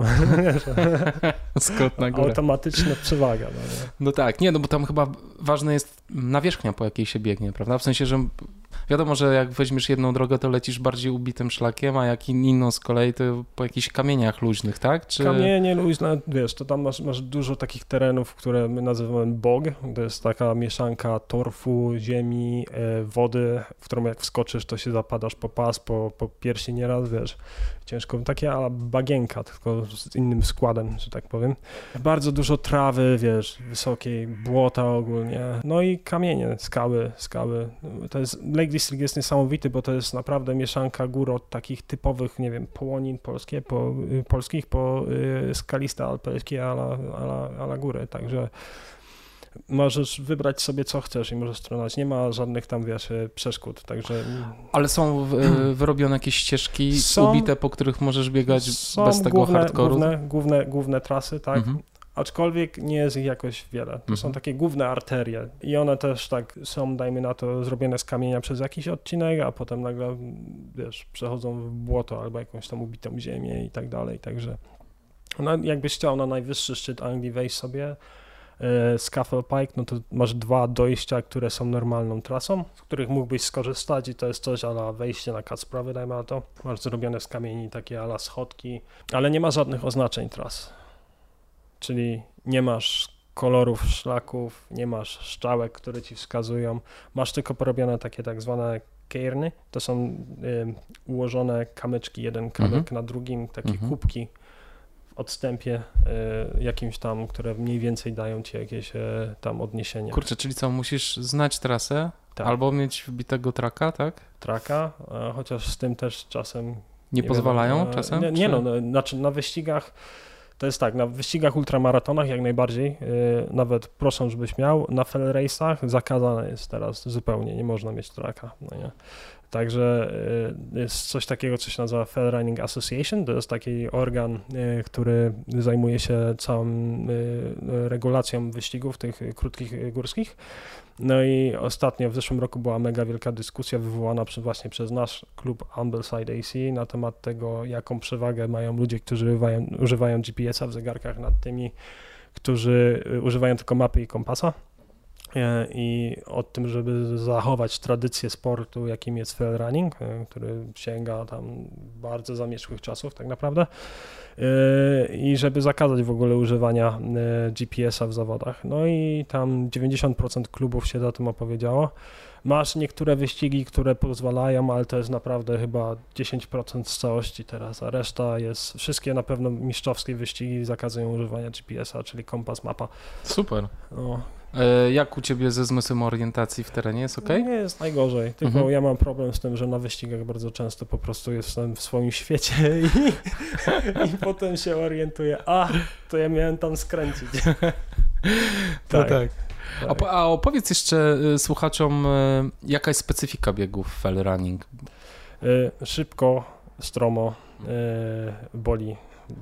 Speaker 2: skrót na górę.
Speaker 1: Automatyczna przewaga.
Speaker 2: No tak, bo tam chyba ważne jest nawierzchnia, po jakiej się biegnie, prawda? W sensie, że wiadomo, że jak weźmiesz jedną drogę, to lecisz bardziej ubitym szlakiem, a jak inną z kolei, to po jakichś kamieniach luźnych, tak?
Speaker 1: Kamienie luźne, to tam masz dużo takich terenów, które my nazywamy bog. To jest taka mieszanka torfu, ziemi, wody, w którą jak wskoczysz, to się zapadasz po pas, po piersi nieraz, ciężko. Takie bagienka, tylko z innym składem, że tak powiem. Bardzo dużo trawy, wysokiej, błota ogólnie. No i kamienie, skały. To jest, Lake District jest niesamowity, bo to jest naprawdę mieszanka gór od takich typowych, połonin polskich po skaliste alpejskie ala góry, także możesz wybrać sobie co chcesz i możesz trenować. Nie ma żadnych tam, przeszkód, także...
Speaker 2: Ale są wyrobione jakieś ścieżki ubite, po których możesz biegać bez tego hardcore'u?
Speaker 1: Główne trasy, tak. Mhm. Aczkolwiek nie jest ich jakoś wiele. To są takie główne arterie i one też tak są, dajmy na to, zrobione z kamienia przez jakiś odcinek, a potem nagle, przechodzą w błoto albo jakąś tam ubitą ziemię i tak dalej, także jakbyś chciał na najwyższy szczyt Anglii wejść sobie, Scafell Pike, no to masz 2 dojścia, które są normalną trasą, z których mógłbyś skorzystać i to jest coś ala wejście na Kacprawy, dajmy na to. Masz zrobione z kamieni takie ala schodki, ale nie ma żadnych oznaczeń tras, czyli nie masz kolorów szlaków, nie masz strzałek, które ci wskazują, masz tylko porobione takie tak zwane cairny, to są ułożone kamyczki, jeden kamyk na drugim, takie kubki w odstępie jakimś tam, które mniej więcej dają ci jakieś tam odniesienie.
Speaker 2: Kurczę, czyli co, musisz znać trasę albo mieć wbitego traka, tak?
Speaker 1: Traka, chociaż z tym też czasem...
Speaker 2: Nie pozwalają czasem?
Speaker 1: Nie, no, znaczy na wyścigach to jest tak, na wyścigach ultramaratonach jak najbardziej, nawet proszę, żebyś miał, na fell race'ach zakazane jest teraz zupełnie, nie można mieć traka, no nie. Także jest coś takiego, co się nazywa Fell Running Association, to jest taki organ, który zajmuje się całą regulacją wyścigów tych krótkich górskich. No i ostatnio w zeszłym roku była mega wielka dyskusja wywołana właśnie przez nasz klub Ambleside AC na temat tego, jaką przewagę mają ludzie, którzy używają GPS-a w zegarkach nad tymi, którzy używają tylko mapy i kompasa. I o tym, żeby zachować tradycję sportu, jakim jest fell running, który sięga tam bardzo zamierzchłych czasów tak naprawdę, i żeby zakazać w ogóle używania GPS-a w zawodach. No i tam 90% klubów się za tym opowiedziało. Masz niektóre wyścigi, które pozwalają, ale to jest naprawdę chyba 10% z całości teraz, a reszta jest, wszystkie na pewno mistrzowskie wyścigi zakazują używania GPS-a, czyli kompas, mapa.
Speaker 2: Super.
Speaker 1: No.
Speaker 2: Jak u Ciebie ze zmysłem orientacji w terenie, jest ok?
Speaker 1: Nie jest najgorzej, tylko ja mam problem z tym, że na wyścigach bardzo często po prostu jestem w swoim świecie i potem się orientuję, to ja miałem tam skręcić.
Speaker 2: Tak. A opowiedz jeszcze słuchaczom, jaka jest specyfika biegów fell running?
Speaker 1: Szybko, stromo, boli.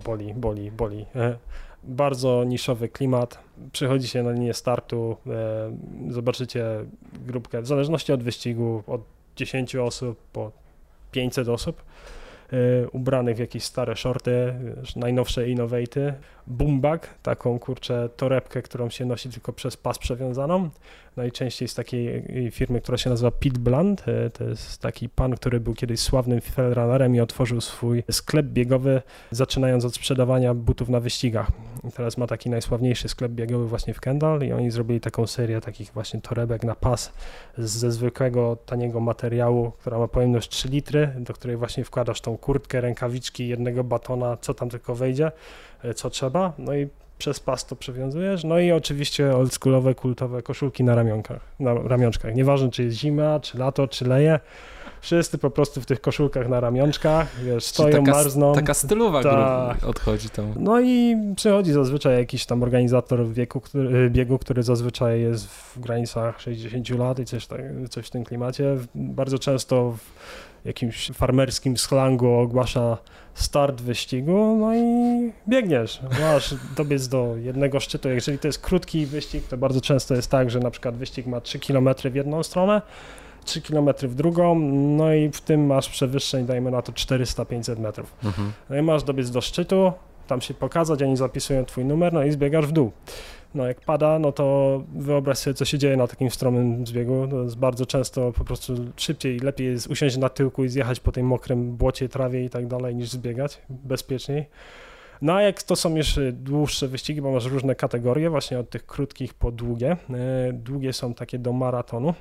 Speaker 1: Bardzo niszowy klimat, przychodzi się na linię startu, zobaczycie grupkę, w zależności od wyścigu, od 10 osób po 500 osób, ubranych w jakieś stare shorty, najnowsze innovaty, boombag, taką torebkę, którą się nosi tylko przez pas przewiązaną, najczęściej z takiej firmy, która się nazywa Pete Blunt, to jest taki pan, który był kiedyś sławnym fell runnerem i otworzył swój sklep biegowy, zaczynając od sprzedawania butów na wyścigach. I teraz ma taki najsławniejszy sklep biegowy właśnie w Kendall i oni zrobili taką serię takich właśnie torebek na pas ze zwykłego, taniego materiału, która ma pojemność 3 litry, do której właśnie wkładasz tą kurtkę, rękawiczki, jednego batona, co tam tylko wejdzie, co trzeba, no i przez pas to przywiązujesz, no i oczywiście oldschoolowe, kultowe koszulki na ramionczkach, nieważne czy jest zima, czy lato, czy leje, wszyscy po prostu w tych koszulkach na ramionczkach, wiesz, stoją, marzną.
Speaker 2: Taka stylowa odchodzi tam.
Speaker 1: No i przychodzi zazwyczaj jakiś tam organizator biegu, który zazwyczaj jest w granicach 60 lat i coś w tym klimacie. Bardzo często w jakimś farmerskim slangu ogłasza start wyścigu, no i biegniesz. Masz dobiec do jednego szczytu. Jeżeli to jest krótki wyścig, to bardzo często jest tak, że na przykład wyścig ma 3 km w jedną stronę, 3 km w drugą, no i w tym masz przewyższeń, dajmy na to 400-500 metrów. No i masz dobiec do szczytu, tam się pokazać, oni zapisują twój numer, no i zbiegasz w dół. No jak pada, no to wyobraź sobie, co się dzieje na takim stromym zbiegu. To jest bardzo często po prostu szybciej, lepiej jest usiąść na tyłku i zjechać po tym mokrym błocie, trawie i tak dalej, niż zbiegać, bezpieczniej. No a jak to są już dłuższe wyścigi, bo masz różne kategorie, właśnie od tych krótkich po długie. Długie są takie do maratonu.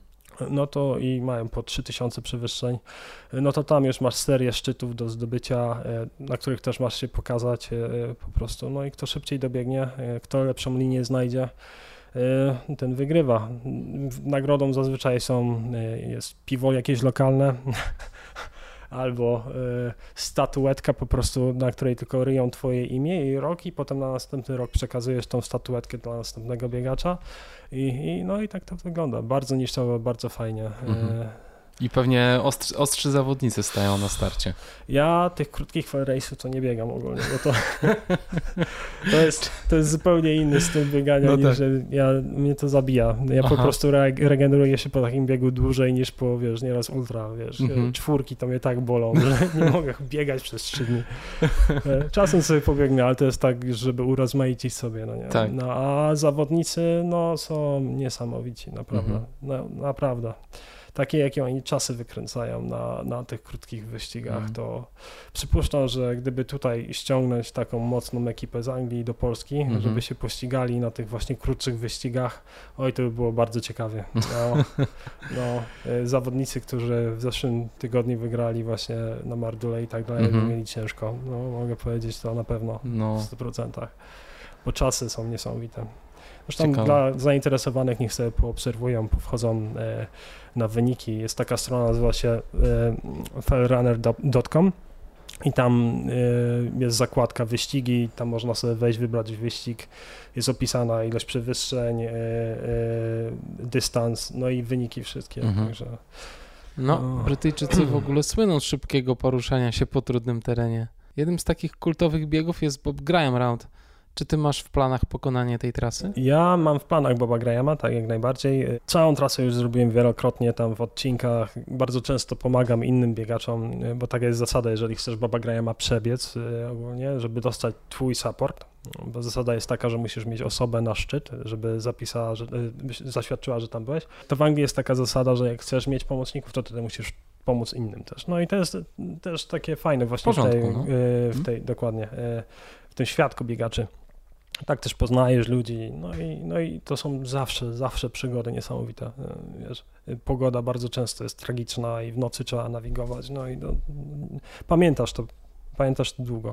Speaker 1: No to i mają po 3000 przewyższeń, no to tam już masz serię szczytów do zdobycia, na których też masz się pokazać po prostu, no i kto szybciej dobiegnie, kto lepszą linię znajdzie, ten wygrywa. Nagrodą zazwyczaj jest piwo jakieś lokalne, albo statuetka po prostu, na której tylko ryją twoje imię i rok i potem na następny rok przekazujesz tą statuetkę dla następnego biegacza no i tak to wygląda. Bardzo niszowo, bardzo fajnie.
Speaker 2: I pewnie ostrzy zawodnicy stają na starcie.
Speaker 1: Ja tych krótkich fell race'ów to nie biegam ogólnie, bo to jest zupełnie inny styl biegania,
Speaker 2: no
Speaker 1: niż
Speaker 2: tak.
Speaker 1: mnie to zabija. Ja po prostu regeneruję się po takim biegu dłużej niż po, nieraz ultra, czwórki to mnie tak bolą, że nie mogę biegać przez 3 dni. Czasem sobie pobiegnę, ale to jest tak, żeby urozmaicić sobie, no nie?
Speaker 2: Tak.
Speaker 1: No, a zawodnicy, są niesamowici, naprawdę, naprawdę. Takie, jakie oni czasy wykręcają na tych krótkich wyścigach, to przypuszczam, że gdyby tutaj ściągnąć taką mocną ekipę z Anglii do Polski, żeby się pościgali na tych właśnie krótszych wyścigach, to by było bardzo ciekawie. Zawodnicy, którzy w zeszłym tygodniu wygrali właśnie na Mardule i tak dalej, by mieli ciężko. Mogę powiedzieć to na pewno w 100%, bo czasy są niesamowite. Zresztą dla zainteresowanych niech sobie poobserwują, wchodzą na wyniki. Jest taka strona, nazywa się fellrunner.com i tam jest zakładka wyścigi, tam można sobie wejść, wybrać wyścig, jest opisana ilość przewyższeń, dystans, i wyniki wszystkie. Także,
Speaker 2: Brytyjczycy w ogóle słyną z szybkiego poruszania się po trudnym terenie. Jednym z takich kultowych biegów jest Bob Graham Round. Czy ty masz w planach pokonanie tej trasy?
Speaker 1: Ja mam w planach Boba Grahama, tak jak najbardziej. Całą trasę już zrobiłem wielokrotnie tam w odcinkach. Bardzo często pomagam innym biegaczom, bo taka jest zasada, jeżeli chcesz Boba Grahama przebiec ogólnie, żeby dostać twój support. Bo zasada jest taka, że musisz mieć osobę na szczyt, żeby zaświadczyła, że tam byłeś. To w Anglii jest taka zasada, że jak chcesz mieć pomocników, to ty musisz pomóc innym też. No i to jest też takie fajne właśnie dokładnie, w tym świadku biegaczy. Tak też poznajesz ludzi, i to są zawsze przygody niesamowite. Pogoda bardzo często jest tragiczna i w nocy trzeba nawigować, pamiętasz to długo.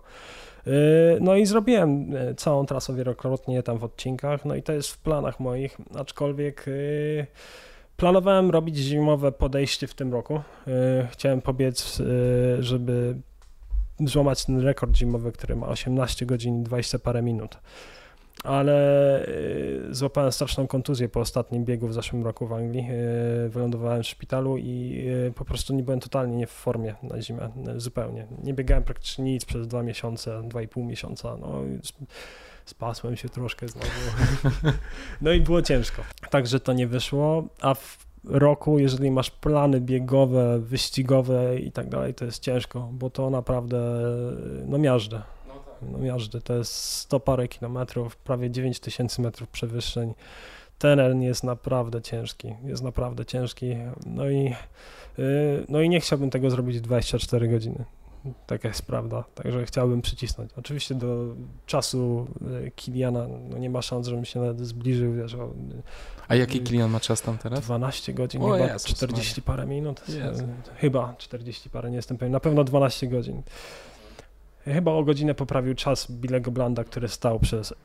Speaker 1: I zrobiłem całą trasę wielokrotnie tam w odcinkach, i to jest w planach moich, aczkolwiek planowałem robić zimowe podejście w tym roku. Chciałem pobiec, żeby złamać ten rekord zimowy, który ma 18 godzin i 20 parę minut. Ale złapałem straszną kontuzję po ostatnim biegu w zeszłym roku w Anglii. Wylądowałem w szpitalu i po prostu nie byłem totalnie nie w formie na zimę, zupełnie. Nie biegałem praktycznie nic przez 2 miesiące, 2,5 miesiąca. Spasłem się troszkę znowu. I było ciężko. Także to nie wyszło, a w roku, jeżeli masz plany biegowe, wyścigowe i tak dalej, to jest ciężko, bo to naprawdę miażdżę. Miażdży, to jest 100 parę kilometrów, prawie 9000 metrów przewyższeń. Teren jest naprawdę ciężki, i nie chciałbym tego zrobić w 24 godziny. Taka jest prawda, także chciałbym przycisnąć. Oczywiście do czasu Kiliana nie ma szans, żebym się nawet zbliżył.
Speaker 2: A jaki Kilian ma czas tam teraz?
Speaker 1: 12 godzin, chyba 40 parę minut. Chyba 40 parę, nie jestem pewien. Na pewno 12 godzin. Chyba o godzinę poprawił czas Billego Blanda, który stał przez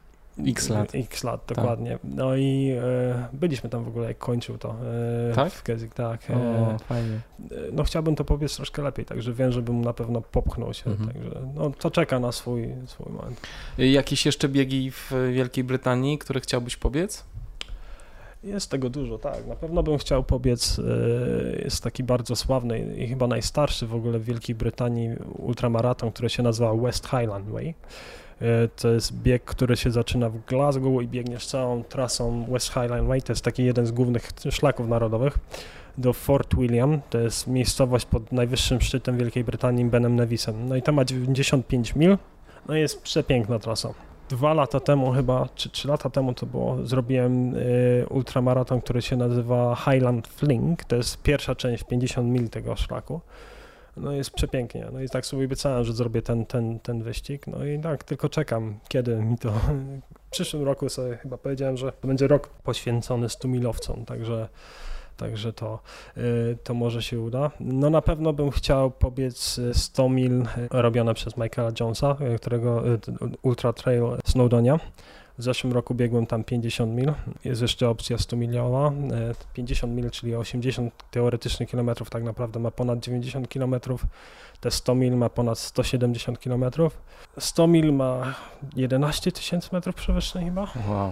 Speaker 1: X lat, dokładnie. Tak. I byliśmy tam w ogóle, jak kończył to.
Speaker 2: Tak?
Speaker 1: W Keswick, tak.
Speaker 2: Fajnie.
Speaker 1: Chciałbym to pobiec troszkę lepiej, także wiem, żebym na pewno popchnął się, także to czeka na swój moment.
Speaker 2: Jakieś jeszcze biegi w Wielkiej Brytanii, które chciałbyś pobiec?
Speaker 1: Jest tego dużo, tak. Na pewno bym chciał pobiec, jest taki bardzo sławny i chyba najstarszy w ogóle w Wielkiej Brytanii ultramaraton, który się nazywa West Highland Way. To jest bieg, który się zaczyna w Glasgow i biegniesz całą trasą West Highland Way. To jest taki jeden z głównych szlaków narodowych do Fort William. To jest miejscowość pod najwyższym szczytem Wielkiej Brytanii, Benem Nevisem. I to ma 95 mil. Jest przepiękna trasa. 2 lata temu chyba, czy 3 lata temu to było, zrobiłem ultramaraton, który się nazywa Highland Fling. To jest pierwsza część, 50 mil tego szlaku. Jest przepięknie. I tak sobie obiecałem, że zrobię ten wyścig. I tak, tylko czekam, kiedy mi to... W przyszłym roku sobie chyba powiedziałem, że to będzie rok poświęcony 100-milowcom, także to może się uda. Na pewno bym chciał pobiec 100 mil robione przez Michaela Jonesa, którego Ultra Trail Snowdonia. W zeszłym roku biegłem tam 50 mil. Jest jeszcze opcja 100-miliowa. 50 mil, czyli 80 teoretycznych kilometrów, tak naprawdę ma ponad 90 kilometrów. Te 100 mil ma ponad 170 kilometrów. 100 mil ma 11 000 metrów przewyższeń chyba.
Speaker 2: Wow.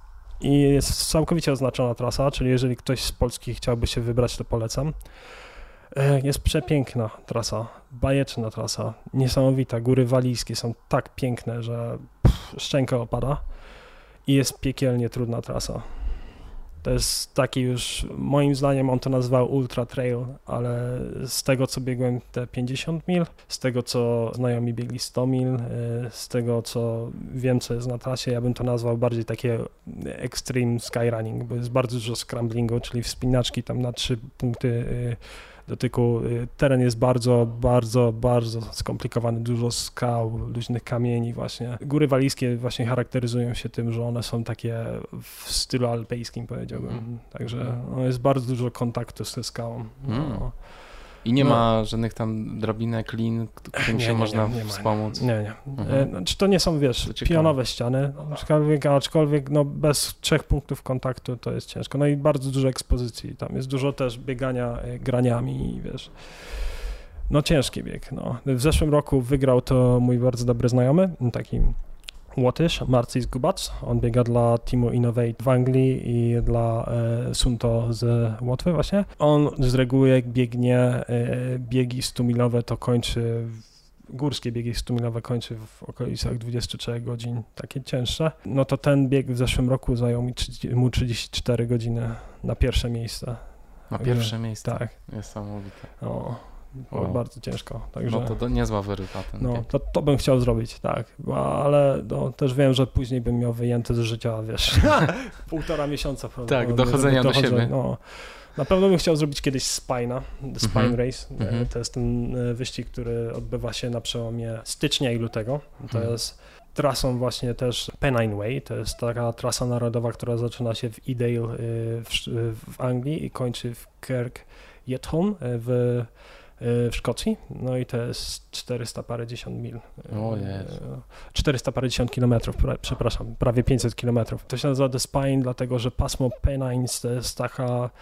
Speaker 1: I jest całkowicie oznaczona trasa, czyli jeżeli ktoś z Polski chciałby się wybrać, to polecam. Jest przepiękna trasa, bajeczna trasa, niesamowita. Góry walijskie są tak piękne, że szczęka opada i jest piekielnie trudna trasa. To jest taki już, moim zdaniem on to nazywał Ultra Trail, ale z tego co biegłem te 50 mil, z tego co znajomi biegli 100 mil, z tego co wiem co jest na trasie, ja bym to nazwał bardziej takie extreme skyrunning, bo jest bardzo dużo scramblingu, czyli wspinaczki tam na 3 punkty dotyku. Teren jest bardzo, bardzo, bardzo skomplikowany, dużo skał, luźnych kamieni właśnie. Góry walijskie właśnie charakteryzują się tym, że one są takie w stylu alpejskim, powiedziałbym. Także jest bardzo dużo kontaktu ze skałą. No.
Speaker 2: I nie ma żadnych tam drobinek, lin, którym się można wspomóc?
Speaker 1: Nie. Znaczy to nie są, wiesz, pionowe ściany, aczkolwiek bez 3 punktów kontaktu to jest ciężko. No i bardzo dużo ekspozycji, tam jest dużo też biegania graniami, wiesz. No ciężki bieg, no. W zeszłym roku wygrał to mój bardzo dobry znajomy, taki Łotysz, Marcis Gubac. On biega dla teamu Innovate w Anglii i dla Sunto z Łotwy właśnie. On z reguły jak biegnie biegi 100-milowe, to kończy, górskie biegi 100-milowe kończy w okolicach 24 godzin, takie cięższe. No to ten bieg w zeszłym roku zajął mu 34 godziny na pierwsze miejsce.
Speaker 2: Na pierwsze miejsce?
Speaker 1: Tak.
Speaker 2: Niesamowite.
Speaker 1: No. Było bardzo ciężko. Także,
Speaker 2: no to niezła wyrywa ten.
Speaker 1: No, to bym chciał zrobić, tak. Ale też wiem, że później bym miał wyjęte z życia, wiesz, 1,5 miesiąca.
Speaker 2: Tak, dochodzenia do siebie.
Speaker 1: No. Na pewno bym chciał zrobić kiedyś Spine'a, The Spine Race. To jest ten wyścig, który odbywa się na przełomie stycznia i lutego. To jest trasą właśnie też Pennine Way, to jest taka trasa narodowa, która zaczyna się w Edale w Anglii i kończy w Kirk Yetholm w Szkocji, no i to jest 400 parędziesiąt mil.
Speaker 2: O Jezu.
Speaker 1: 400 parędziesiąt kilometrów, przepraszam, prawie 500 kilometrów. To się nazywa The Spine, dlatego że pasmo Pennines to jest taka,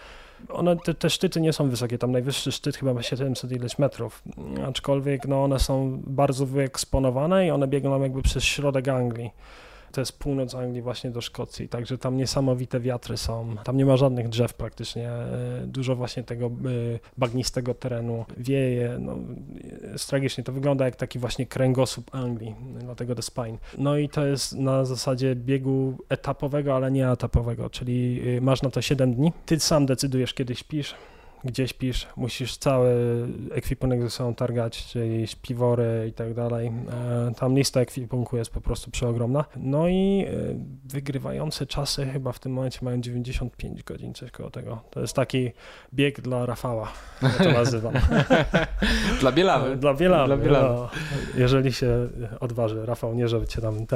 Speaker 1: te szczyty nie są wysokie, tam najwyższy szczyt chyba ma 700 ileś metrów, aczkolwiek no one są bardzo wyeksponowane i one biegną jakby przez środek Anglii. To jest północ Anglii właśnie do Szkocji, także tam niesamowite wiatry są, tam nie ma żadnych drzew praktycznie, dużo właśnie tego bagnistego terenu, wieje, no jest tragicznie, to wygląda jak taki właśnie kręgosłup Anglii, dlatego The Spine. No i to jest na zasadzie biegu etapowego, ale nie etapowego, czyli masz na to 7 dni, ty sam decydujesz kiedy śpisz, gdzie śpisz, musisz cały ekwipunek ze sobą targać, czyli śpiwory i tak dalej. Tam lista ekwipunku jest po prostu przeogromna. No i wygrywające czasy chyba w tym momencie mają 95 godzin, coś koło tego. To jest taki bieg dla Rafała, ja to nazywam.
Speaker 2: Dla Bielawy.
Speaker 1: Dla Bielawy. No, jeżeli się odważy. Rafał, nie żeby cię tam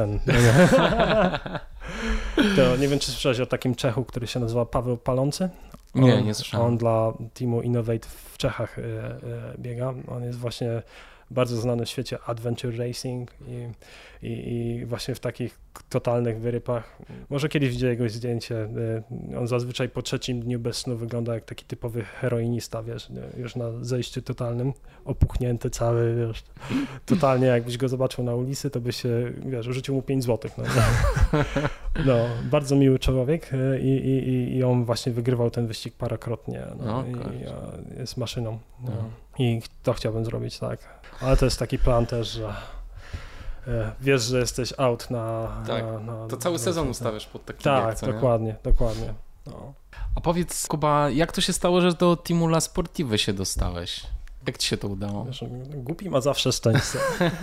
Speaker 1: To nie wiem, czy słyszałeś o takim Czechu, który się nazywa Paweł Palący.
Speaker 2: Nie słyszałem.
Speaker 1: On dla teamu Innovate w Czechach biega. On jest właśnie bardzo znany w świecie adventure racing i właśnie w takich totalnych wyrypach. Może kiedyś widział jego zdjęcie. On zazwyczaj po 3. dniu bez snu wygląda jak taki typowy heroinista, wiesz, już na zejściu totalnym, opuchnięty cały, wiesz, totalnie jakbyś go zobaczył na ulicy, to byś się, wiesz, rzucił mu 5 złotych. No, bardzo miły człowiek i on właśnie wygrywał ten wyścig parokrotnie i jest maszyną. No. I to chciałbym zrobić, tak. Ale to jest taki plan też, że wiesz, że jesteś out na...
Speaker 2: Tak, to cały sezon ustawiasz pod taki bieg, co
Speaker 1: dokładnie. No.
Speaker 2: A powiedz, Kuba, jak to się stało, że do teamu La Sportive się dostałeś? Jak ci się to udało?
Speaker 1: Wiesz, głupi ma zawsze szczęście.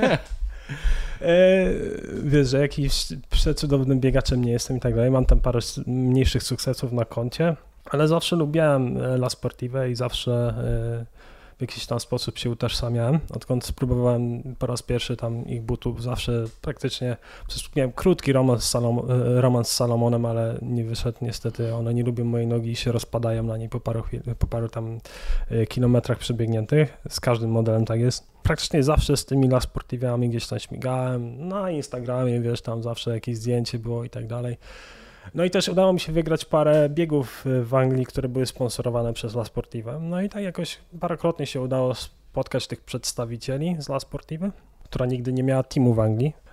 Speaker 1: Wiesz, że jakiś przecudownym biegaczem nie jestem i tak dalej. Mam tam parę mniejszych sukcesów na koncie, ale zawsze lubiłem La Sportive i zawsze w jakiś tam sposób się utożsamiałem. Odkąd spróbowałem po raz pierwszy tam ich butów, zawsze praktycznie miałem krótki romans z Salomonem, ale nie wyszedł niestety. One nie lubią mojej nogi i się rozpadają na niej po paru tam kilometrach przebiegniętych. Z każdym modelem tak jest. Praktycznie zawsze z tymi La Sportive'ami gdzieś tam śmigałem. Na Instagramie, wiesz, tam zawsze jakieś zdjęcie było i tak dalej. No i też udało mi się wygrać parę biegów w Anglii, które były sponsorowane przez La Sportive. No i tak jakoś parokrotnie się udało spotkać tych przedstawicieli z La Sportive, która nigdy nie miała teamu w Anglii.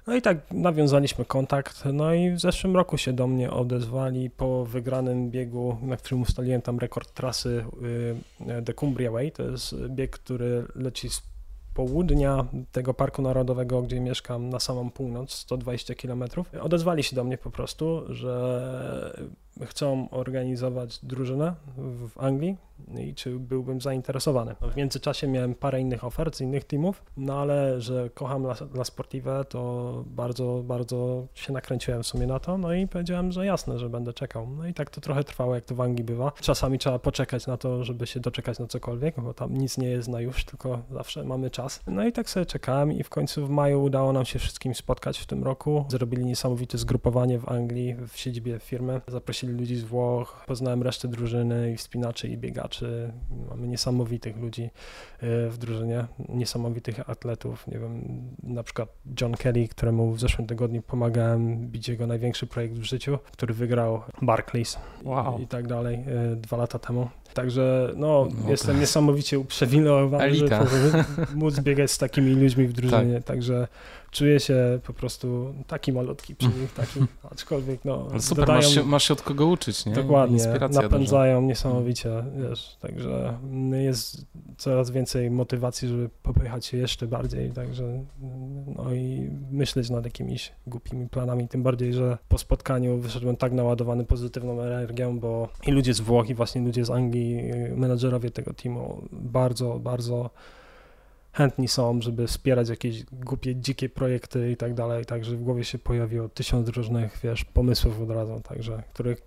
Speaker 1: No i tak nawiązaliśmy kontakt, no i w zeszłym roku się do mnie odezwali po wygranym biegu, na którym ustaliłem tam rekord trasy The Cumbria Way. To jest bieg, który leci z południa tego Parku Narodowego, gdzie mieszkam, na samą północ, 120 km. Odezwali się do mnie po prostu, że chcą organizować drużynę w Anglii i czy byłbym zainteresowany. W międzyczasie miałem parę innych ofert z innych teamów, no ale że kocham La Sportive, to bardzo, bardzo się nakręciłem w sumie na to, no i powiedziałem, że jasne, że będę czekał. No i tak to trochę trwało, jak to w Anglii bywa. Czasami trzeba poczekać na to, żeby się doczekać na cokolwiek, bo tam nic nie jest na już, tylko zawsze mamy czas. No i tak sobie czekałem i w końcu w maju udało nam się wszystkim spotkać w tym roku. Zrobili niesamowite zgrupowanie w Anglii, w siedzibie firmy. Zaprosili ludzi z Włoch, poznałem resztę drużyny i wspinaczy i biegaczy. Mamy niesamowitych ludzi w drużynie, niesamowitych atletów. Nie wiem, na przykład John Kelly, któremu w zeszłym tygodniu pomagałem bić jego największy projekt w życiu, który wygrał Barclays i tak dalej 2 lata temu. Także jestem niesamowicie uprzywilejowany, żeby móc biegać z takimi ludźmi w drużynie, tak. Także czuję się po prostu taki malutki przy nich, aczkolwiek
Speaker 2: Ale super,
Speaker 1: dodają,
Speaker 2: masz się od kogo uczyć, nie?
Speaker 1: Dokładnie,
Speaker 2: Inspiracja
Speaker 1: napędzają niesamowicie, wiesz, także jest coraz więcej motywacji, żeby popychać się jeszcze bardziej, także i myśleć nad jakimiś głupimi planami, tym bardziej, że po spotkaniu wyszedłem tak naładowany pozytywną energią, bo i ludzie z Włoch, i właśnie ludzie z Anglii, menadżerowie tego teamu bardzo, bardzo chętni są, żeby wspierać jakieś głupie, dzikie projekty i tak dalej, także w głowie się pojawiło 1000 różnych, pomysłów od razu, także, których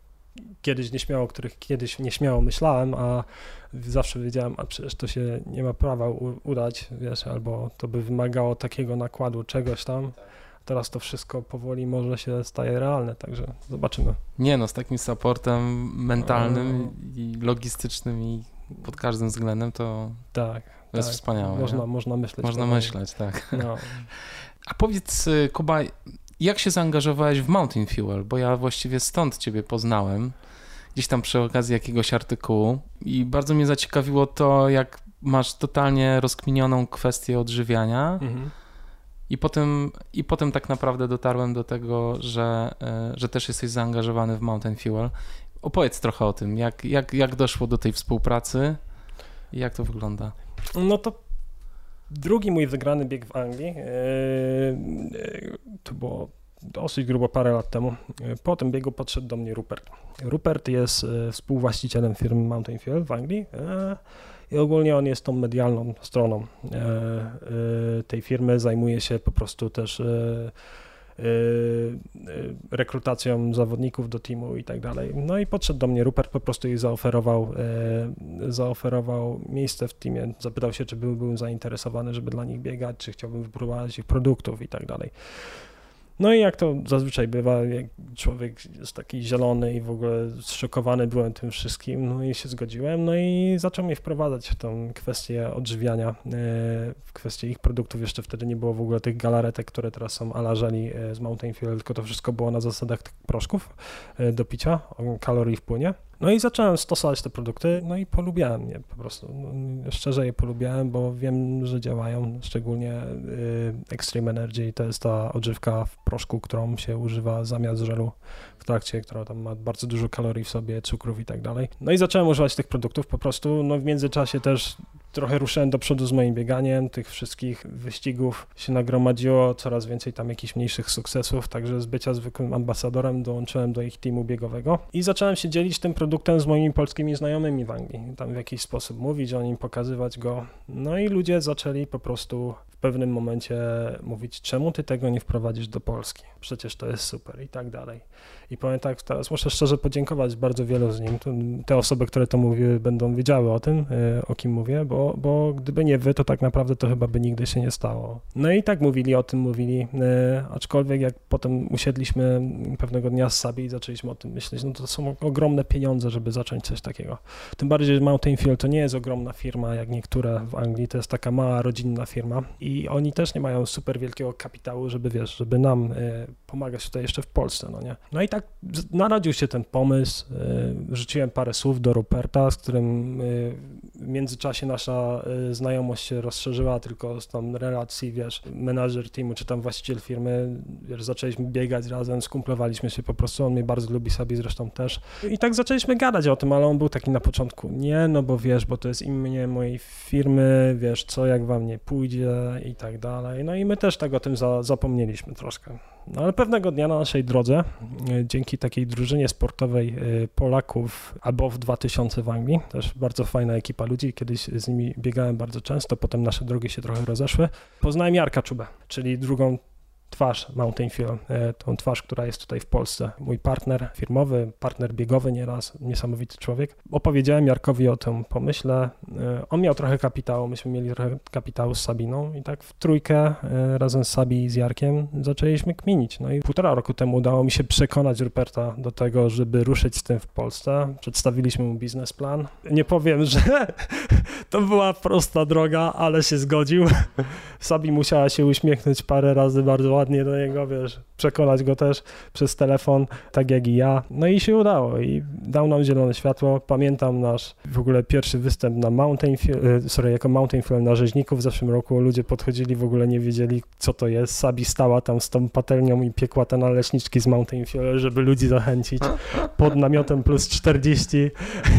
Speaker 1: kiedyś nieśmiało myślałem, a zawsze wiedziałem, a przecież to się nie ma prawa udać, albo to by wymagało takiego nakładu czegoś tam. Teraz to wszystko powoli może się staje realne, także zobaczymy.
Speaker 2: Z takim supportem mentalnym i logistycznym i pod każdym względem to jest wspaniałe.
Speaker 1: Można myśleć.
Speaker 2: Można myśleć, tak. A powiedz, Kuba, jak się zaangażowałeś w Mountain Fuel? Bo ja właściwie stąd ciebie poznałem, gdzieś tam przy okazji jakiegoś artykułu i bardzo mnie zaciekawiło to, jak masz totalnie rozkminioną kwestię odżywiania. I potem tak naprawdę dotarłem do tego, że też jesteś zaangażowany w Mountain Fuel. Opowiedz trochę o tym, jak doszło do tej współpracy i jak to wygląda.
Speaker 1: No to drugi mój wygrany bieg w Anglii, to było dosyć grubo parę lat temu. Po tym biegu podszedł do mnie Rupert. Rupert jest współwłaścicielem firmy Mountain Fuel w Anglii i ogólnie on jest tą medialną stroną tej firmy, zajmuje się po prostu też rekrutacją zawodników do teamu i tak dalej. No i podszedł do mnie Rupert po prostu i zaoferował miejsce w teamie. Zapytał się, czy byłbym zainteresowany, żeby dla nich biegać, czy chciałbym wypróbować ich produktów i tak dalej. No i jak to zazwyczaj bywa, jak człowiek jest taki zielony i w ogóle zszokowany byłem tym wszystkim, no i się zgodziłem, no i zaczął mnie wprowadzać w tą kwestię odżywiania, w kwestię ich produktów. Jeszcze wtedy nie było w ogóle tych galaretek, które teraz są à la żeli z Mountain Fuel, tylko to wszystko było na zasadach tych proszków do picia, kalorii w płynie. No i zacząłem stosować te produkty, no i polubiałem je po prostu. Szczerze je polubiałem, bo wiem, że działają, szczególnie Extreme Energy, to jest ta odżywka w proszku, którą się używa zamiast żelu w trakcie, która tam ma bardzo dużo kalorii w sobie, cukrów i tak dalej. No i zacząłem używać tych produktów po prostu, w międzyczasie też trochę ruszyłem do przodu z moim bieganiem, tych wszystkich wyścigów się nagromadziło, coraz więcej tam jakichś mniejszych sukcesów, także z bycia zwykłym ambasadorem dołączyłem do ich teamu biegowego i zacząłem się dzielić tym produktem z moimi polskimi znajomymi w Anglii, tam w jakiś sposób mówić o nim, pokazywać go, no i ludzie zaczęli po prostu w pewnym momencie mówić, czemu ty tego nie wprowadzisz do Polski, przecież to jest super i tak dalej. I powiem tak, teraz muszę szczerze podziękować bardzo wielu z nim. Te osoby, które to mówiły, będą wiedziały o tym, o kim mówię, bo gdyby nie wy, to tak naprawdę to chyba by nigdy się nie stało. No i tak mówili, aczkolwiek jak potem usiedliśmy pewnego dnia z Sabi i zaczęliśmy o tym myśleć, no to są ogromne pieniądze, żeby zacząć coś takiego. Tym bardziej, że Mountain Fuel to nie jest ogromna firma, jak niektóre w Anglii, to jest taka mała, rodzinna firma i oni też nie mają super wielkiego kapitału, żeby nam pomagać tutaj jeszcze w Polsce, no nie? No i tak narodził się ten pomysł, rzuciłem parę słów do Ruperta, z którym w międzyczasie nasza znajomość się rozszerzyła tylko z tam relacji, wiesz, menadżer teamu, czy tam właściciel firmy, wiesz, zaczęliśmy biegać razem, skumplowaliśmy się po prostu, on mnie bardzo lubi, Sabi zresztą też. I tak zaczęliśmy gadać o tym, ale on był taki na początku, nie, no bo wiesz, bo to jest imię mojej firmy, wiesz, co jak wam nie pójdzie i tak dalej. No i my też tak o tym zapomnieliśmy troszkę. No ale pewnego dnia na naszej drodze, dzięki takiej drużynie sportowej Polaków Above 2000 w Anglii, też bardzo fajna ekipa ludzi, kiedyś z nimi biegałem bardzo często, potem nasze drogi się trochę rozeszły, poznałem Jarka Czubę, czyli drugą twarz Mountain Fuel, tą twarz, która jest tutaj w Polsce. Mój partner firmowy, partner biegowy nieraz, niesamowity człowiek. Opowiedziałem Jarkowi o tym pomyśle. On miał trochę kapitału, myśmy mieli trochę kapitału z Sabiną i tak w trójkę razem z Sabi i z Jarkiem zaczęliśmy kminić. No i 1,5 roku temu udało mi się przekonać Ruperta do tego, żeby ruszyć z tym w Polsce. Przedstawiliśmy mu biznesplan. Nie powiem, że to była prosta droga, ale się zgodził. Sabi musiała się uśmiechnąć parę razy bardzo ładnie do niego, wiesz, przekonać go też przez telefon, tak jak i ja. No i się udało i dał nam zielone światło. Pamiętam nasz w ogóle pierwszy występ na jako Mountain Fuel na Rzeźniku w zeszłym roku. Ludzie podchodzili, w ogóle nie wiedzieli, co to jest. Sabi stała tam z tą patelnią i piekła te naleśniczki z Mountain Fuel, żeby ludzi zachęcić. Pod namiotem plus 40.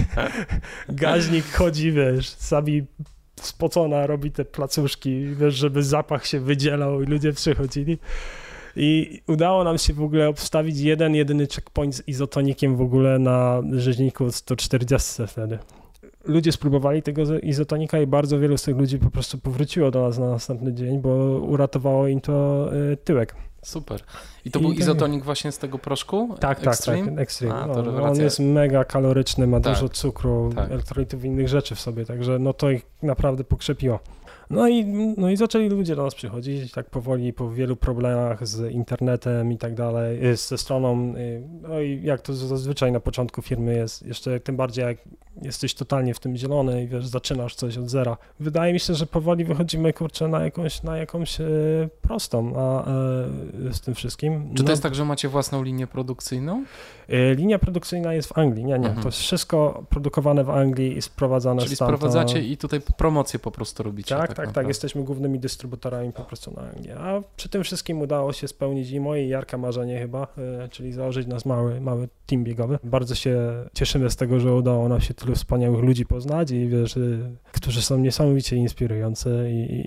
Speaker 1: Gaźnik chodzi, wiesz, Sabi spocona robi te placuszki, wiesz, żeby zapach się wydzielał i ludzie przychodzili. I udało nam się w ogóle obstawić jedyny checkpoint z izotonikiem w ogóle na Rzeźniku 140 wtedy. Ludzie spróbowali tego izotonika i bardzo wielu z tych ludzi po prostu powróciło do nas na następny dzień, bo uratowało im to tyłek.
Speaker 2: Super. I to był izotonik właśnie z tego proszku?
Speaker 1: Tak,
Speaker 2: Extreme?
Speaker 1: tak, Extreme.
Speaker 2: No,
Speaker 1: on jest mega kaloryczny, ma dużo cukru, elektrolitów i innych rzeczy w sobie, także no to ich naprawdę pokrzepiło. No i zaczęli ludzie do nas przychodzić tak powoli po wielu problemach z internetem i tak dalej, ze stroną. No i jak to zazwyczaj na początku firmy jest, jeszcze tym bardziej jak jesteś totalnie w tym zielony i wiesz, zaczynasz coś od zera. Wydaje mi się, że powoli wychodzimy, kurczę, na jakąś prostą z tym wszystkim.
Speaker 2: Czy to jest tak, że macie własną linię produkcyjną?
Speaker 1: Linia produkcyjna jest w Anglii, nie. To jest wszystko produkowane w Anglii i sprowadzane
Speaker 2: Czyli
Speaker 1: stamtąd.
Speaker 2: sprowadzacie i tutaj promocję po prostu robicie.
Speaker 1: Tak, jesteśmy głównymi dystrybutorami po prostu na Anglię. A przy tym wszystkim udało się spełnić i moje i Jarka marzenie chyba, czyli założyć nas mały team biegowy. Bardzo się cieszymy z tego, że udało nam się tylu wspaniałych ludzi poznać i wiesz, którzy są niesamowicie inspirujący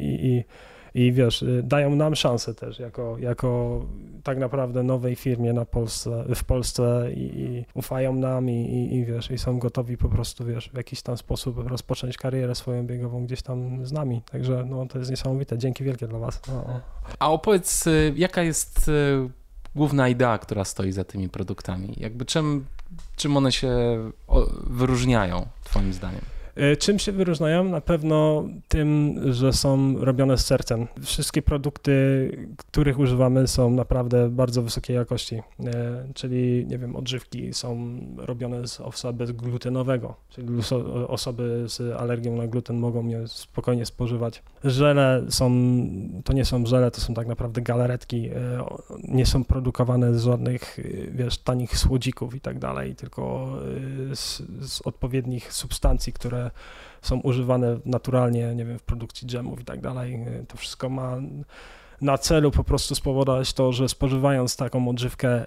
Speaker 1: i wiesz, dają nam szansę też jako tak naprawdę nowej firmie w Polsce i ufają nam i wiesz, i są gotowi po prostu, wiesz, w jakiś tam sposób rozpocząć karierę swoją biegową gdzieś tam z nami. Także no to jest niesamowite. Dzięki wielkie dla was.
Speaker 2: A opowiedz, jaka jest główna idea, która stoi za tymi produktami? Jakby czym one się wyróżniają twoim zdaniem?
Speaker 1: Czym się wyróżniają? Na pewno tym, że są robione z sercem. Wszystkie produkty, których używamy, są naprawdę bardzo wysokiej jakości, czyli nie wiem, odżywki są robione z owsa bezglutenowego, czyli osoby z alergią na gluten mogą je spokojnie spożywać. Żele to nie są żele, to są tak naprawdę galaretki, nie są produkowane z żadnych, wiesz, tanich słodzików i tak dalej, tylko z odpowiednich substancji, które są używane naturalnie, nie wiem, w produkcji dżemów i tak dalej. To wszystko ma na celu po prostu spowodować to, że spożywając taką odżywkę,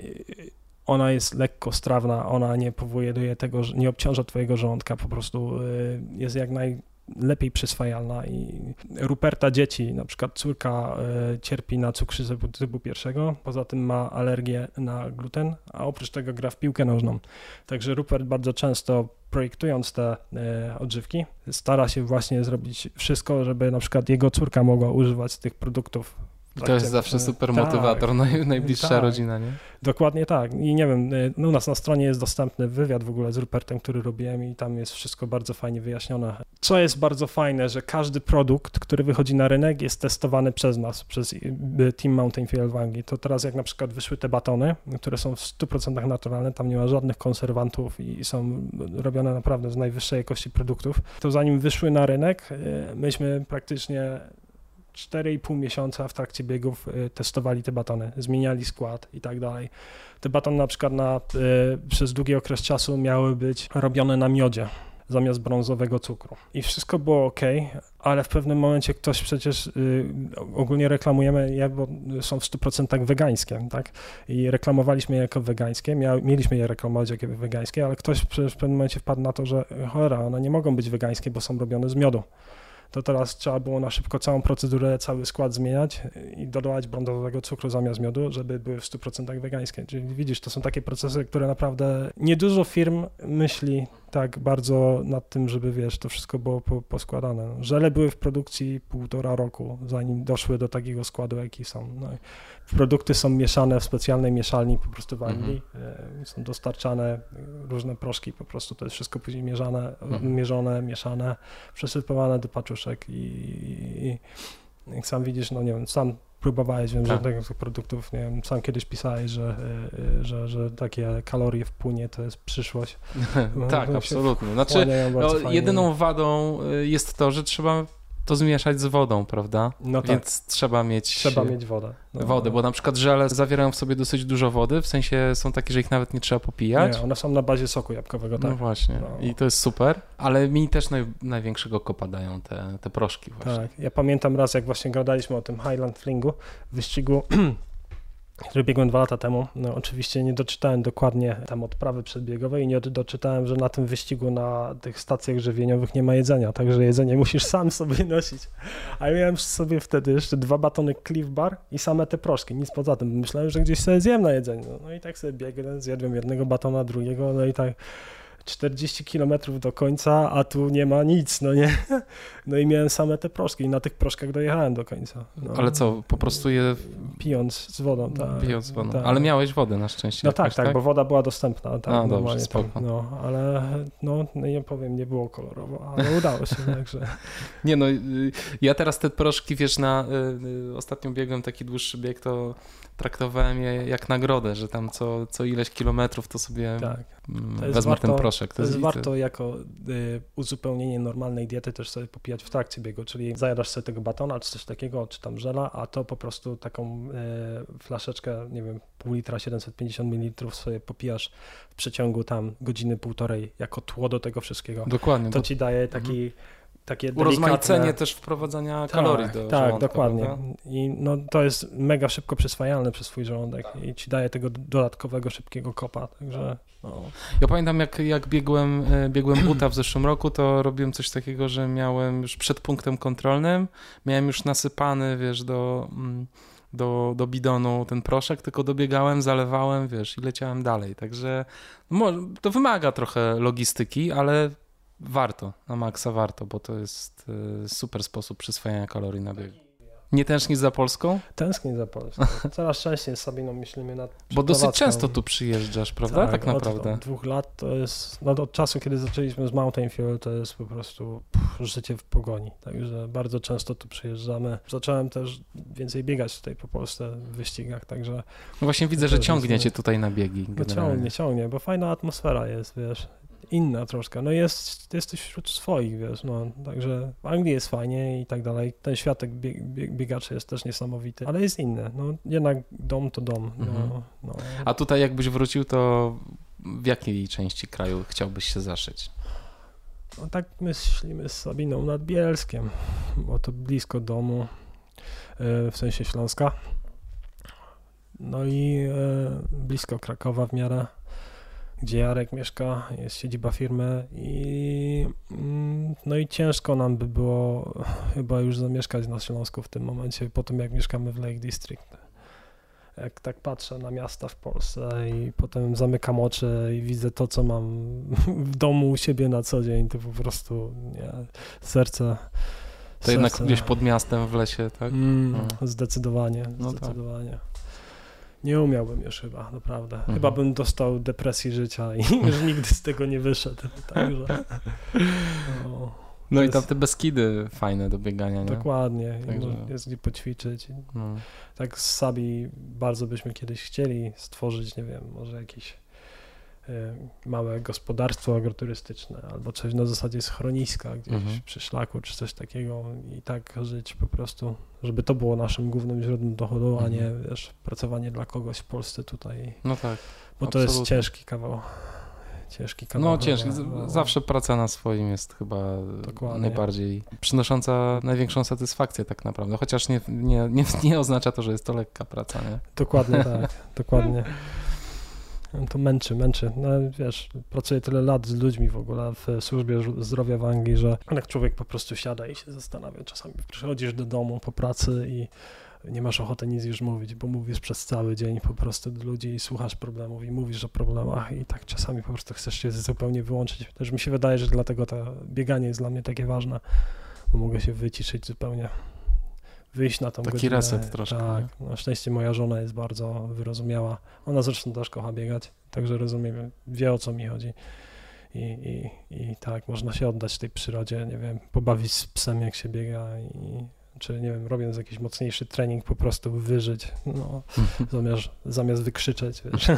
Speaker 1: ona jest lekko strawna, ona nie powoduje tego, że nie obciąża twojego żołądka, po prostu jest jak najlepiej przyswajalna i Ruperta dzieci, na przykład córka cierpi na cukrzycę typu 1, poza tym ma alergię na gluten, a oprócz tego gra w piłkę nożną. Także Rupert bardzo często projektując te odżywki stara się właśnie zrobić wszystko, żeby na przykład jego córka mogła używać tych produktów.
Speaker 2: I to jest zawsze super motywator, najbliższa rodzina, nie?
Speaker 1: Dokładnie tak. I nie wiem, u nas na stronie jest dostępny wywiad w ogóle z Rupertem, który robiłem i tam jest wszystko bardzo fajnie wyjaśnione. Co jest bardzo fajne, że każdy produkt, który wychodzi na rynek jest testowany przez nas, przez Team Mountain Fuel w Anglii. To teraz jak na przykład wyszły te batony, które są w 100% naturalne, tam nie ma żadnych konserwantów i są robione naprawdę z najwyższej jakości produktów, to zanim wyszły na rynek, myśmy praktycznie 4,5 miesiąca w trakcie biegów testowali te batony, zmieniali skład i tak dalej. Te batony na przykład przez długi okres czasu miały być robione na miodzie. zamiast brązowego cukru. I wszystko było ok, ale w pewnym momencie ktoś przecież, ogólnie reklamujemy je, bo są w 100% wegańskie, tak? I reklamowaliśmy je jako wegańskie, mieliśmy je reklamować jako wegańskie, ale ktoś przecież w pewnym momencie wpadł na to, że cholera, one nie mogą być wegańskie, bo są robione z miodu. To teraz trzeba było na szybko całą procedurę, cały skład zmieniać i dodawać brązowego cukru zamiast miodu, żeby były w 100% wegańskie. Czyli widzisz, to są takie procesy, które naprawdę niedużo firm myśli tak bardzo nad tym, żeby wiesz, to wszystko było poskładane. Żele były w produkcji 1,5 roku, zanim doszły do takiego składu, jaki są. No, produkty są mieszane w specjalnej mieszalni po prostu w Anglii, są dostarczane różne proszki, po prostu to jest wszystko później mierzone, mieszane, przesypywane do paczuszek i jak sam widzisz, no nie wiem, sam próbowałeś, wiem, że tych produktów, nie wiem, sam kiedyś pisałeś, że takie kalorie w płynie to jest przyszłość.
Speaker 2: Tak, absolutnie. Znaczy, jedyną wadą jest to, że trzeba to zmieszać z wodą, prawda?
Speaker 1: No tak.
Speaker 2: Więc trzeba mieć
Speaker 1: wodę.
Speaker 2: Wodę, bo na przykład żele zawierają w sobie dosyć dużo wody, w sensie są takie, że ich nawet nie trzeba popijać.
Speaker 1: Nie, one są na bazie soku jabłkowego, tak?
Speaker 2: No właśnie, i to jest super, ale mi też największego kopa dają te proszki właśnie.
Speaker 1: Tak, ja pamiętam raz, jak właśnie gadaliśmy o tym Highland Flingu, wyścigu, który biegłem 2 lata temu. No oczywiście nie doczytałem dokładnie tam odprawy przedbiegowej i nie doczytałem, że na tym wyścigu na tych stacjach żywieniowych nie ma jedzenia, także jedzenie musisz sam sobie nosić. A ja miałem sobie wtedy jeszcze 2 batony Cliff Bar i same te proszki, nic poza tym. Myślałem, że gdzieś sobie zjem na jedzenie. No i tak sobie biegnę, zjadłem jednego batona, drugiego, no i tak 40 km do końca, a tu nie ma nic, no nie? No i miałem same te proszki i na tych proszkach dojechałem do końca. No.
Speaker 2: Ale co, po prostu je...
Speaker 1: Pijąc z wodą, tak.
Speaker 2: Pijąc z wodą,
Speaker 1: tak.
Speaker 2: Ale miałeś wodę na szczęście.
Speaker 1: No
Speaker 2: jakoś,
Speaker 1: tak, bo woda była dostępna. Tak,
Speaker 2: a, dobrze, spoko.
Speaker 1: Tam, no, ale no nie powiem, nie było kolorowo, ale udało się, także...
Speaker 2: Nie no, ja teraz te proszki, wiesz, ostatnio biegłem taki dłuższy bieg, to traktowałem je jak nagrodę, że tam co ileś kilometrów to sobie wezmę ten proszek.
Speaker 1: To jest warto jako uzupełnienie normalnej diety też sobie popijać w trakcie biegu, czyli zajadasz sobie tego batona, czy coś takiego, czy tam żela, a to po prostu taką flaszeczkę, nie wiem, pół litra, 750 ml sobie popijasz w przeciągu tam godziny, półtorej jako tło do tego wszystkiego.
Speaker 2: Dokładnie.
Speaker 1: To ci daje takie
Speaker 2: urozmaicenie też wprowadzania kalorii do żołądka. Tak,
Speaker 1: dokładnie.
Speaker 2: Prawda?
Speaker 1: I no, to jest mega szybko przyswajalne przez twój żołądek i ci daje tego dodatkowego, szybkiego kopa, także... No.
Speaker 2: Ja pamiętam, jak biegłem buta w zeszłym roku, to robiłem coś takiego, że miałem już przed punktem kontrolnym, miałem już nasypany, wiesz, do bidonu ten proszek, tylko dobiegałem, zalewałem, wiesz, i leciałem dalej, także to wymaga trochę logistyki, ale warto, na maksa warto, bo to jest super sposób przyswajania kalorii na biegu. Nie tęsknisz za Polską?
Speaker 1: Tęsknię za Polską. Coraz częściej z Sabiną myślimy nad
Speaker 2: Bo dosyć często tu przyjeżdżasz, prawda? Tak naprawdę.
Speaker 1: Od 2 lat to jest, od czasu, kiedy zaczęliśmy z Mountain Fuel, to jest po prostu życie w pogoni. Także bardzo często tu przyjeżdżamy. Zacząłem też więcej biegać tutaj po Polsce w wyścigach, także...
Speaker 2: No właśnie widzę, że ciągnie cię tutaj na biegi.
Speaker 1: No ciągnie, bo fajna atmosfera jest, wiesz. Inna troszkę, no jesteś wśród swoich, wiesz, no, także w Anglii jest fajnie i tak dalej, ten światek biegaczy jest też niesamowity, ale jest inny, no jednak dom to dom. No.
Speaker 2: A tutaj jakbyś wrócił, to w jakiej części kraju chciałbyś się zaszyć?
Speaker 1: No tak myślimy z Sabiną nad Bielskiem, bo to blisko domu, w sensie Śląska, no i blisko Krakowa w miarę, gdzie Jarek mieszka, jest siedziba firmy no i ciężko nam by było chyba już zamieszkać na Śląsku w tym momencie, po tym jak mieszkamy w Lake District. Jak tak patrzę na miasta w Polsce i potem zamykam oczy i widzę to, co mam w domu u siebie na co dzień, to po prostu serce...
Speaker 2: To jednak gdzieś pod miastem w lesie, tak?
Speaker 1: Zdecydowanie. Tak. Nie umiałbym już chyba, naprawdę. Chyba bym dostał depresji życia i już nigdy z tego nie wyszedł. Także,
Speaker 2: no i tam te Beskidy fajne do biegania, nie?
Speaker 1: Dokładnie. Także... Jest gdzie poćwiczyć. Tak z Sabi bardzo byśmy kiedyś chcieli stworzyć, nie wiem, może jakieś małe gospodarstwo agroturystyczne albo coś na zasadzie schroniska gdzieś przy szlaku czy coś takiego i tak żyć po prostu, żeby to było naszym głównym źródłem dochodu, a nie wiesz, pracowanie dla kogoś w Polsce tutaj.
Speaker 2: No tak.
Speaker 1: Bo to jest ciężki kawał. ciężki kawał.
Speaker 2: No ciężki, zawsze praca na swoim jest chyba najbardziej przynosząca największą satysfakcję tak naprawdę, chociaż nie oznacza to, że jest to lekka praca, nie?
Speaker 1: Dokładnie tak, dokładnie. To męczy. No wiesz, pracuję tyle lat z ludźmi w ogóle w służbie zdrowia w Anglii, że jak człowiek po prostu siada i się zastanawia, czasami przychodzisz do domu po pracy i nie masz ochoty nic już mówić, bo mówisz przez cały dzień po prostu do ludzi i słuchasz problemów i mówisz o problemach i tak czasami po prostu chcesz się zupełnie wyłączyć. Też mi się wydaje, że dlatego to bieganie jest dla mnie takie ważne, bo mogę się wyciszyć zupełnie. Wyjść na tą
Speaker 2: Taki
Speaker 1: godzinę.
Speaker 2: reset troszkę.
Speaker 1: Tak, na szczęście moja żona jest bardzo wyrozumiała. Ona zresztą też kocha biegać, także rozumiem, wie o co mi chodzi. I tak, można się oddać tej przyrodzie, nie wiem, pobawić z psem jak się biega czy nie wiem, robiąc jakiś mocniejszy trening po prostu wyżyć, no, zamiast wykrzyczeć, wiesz.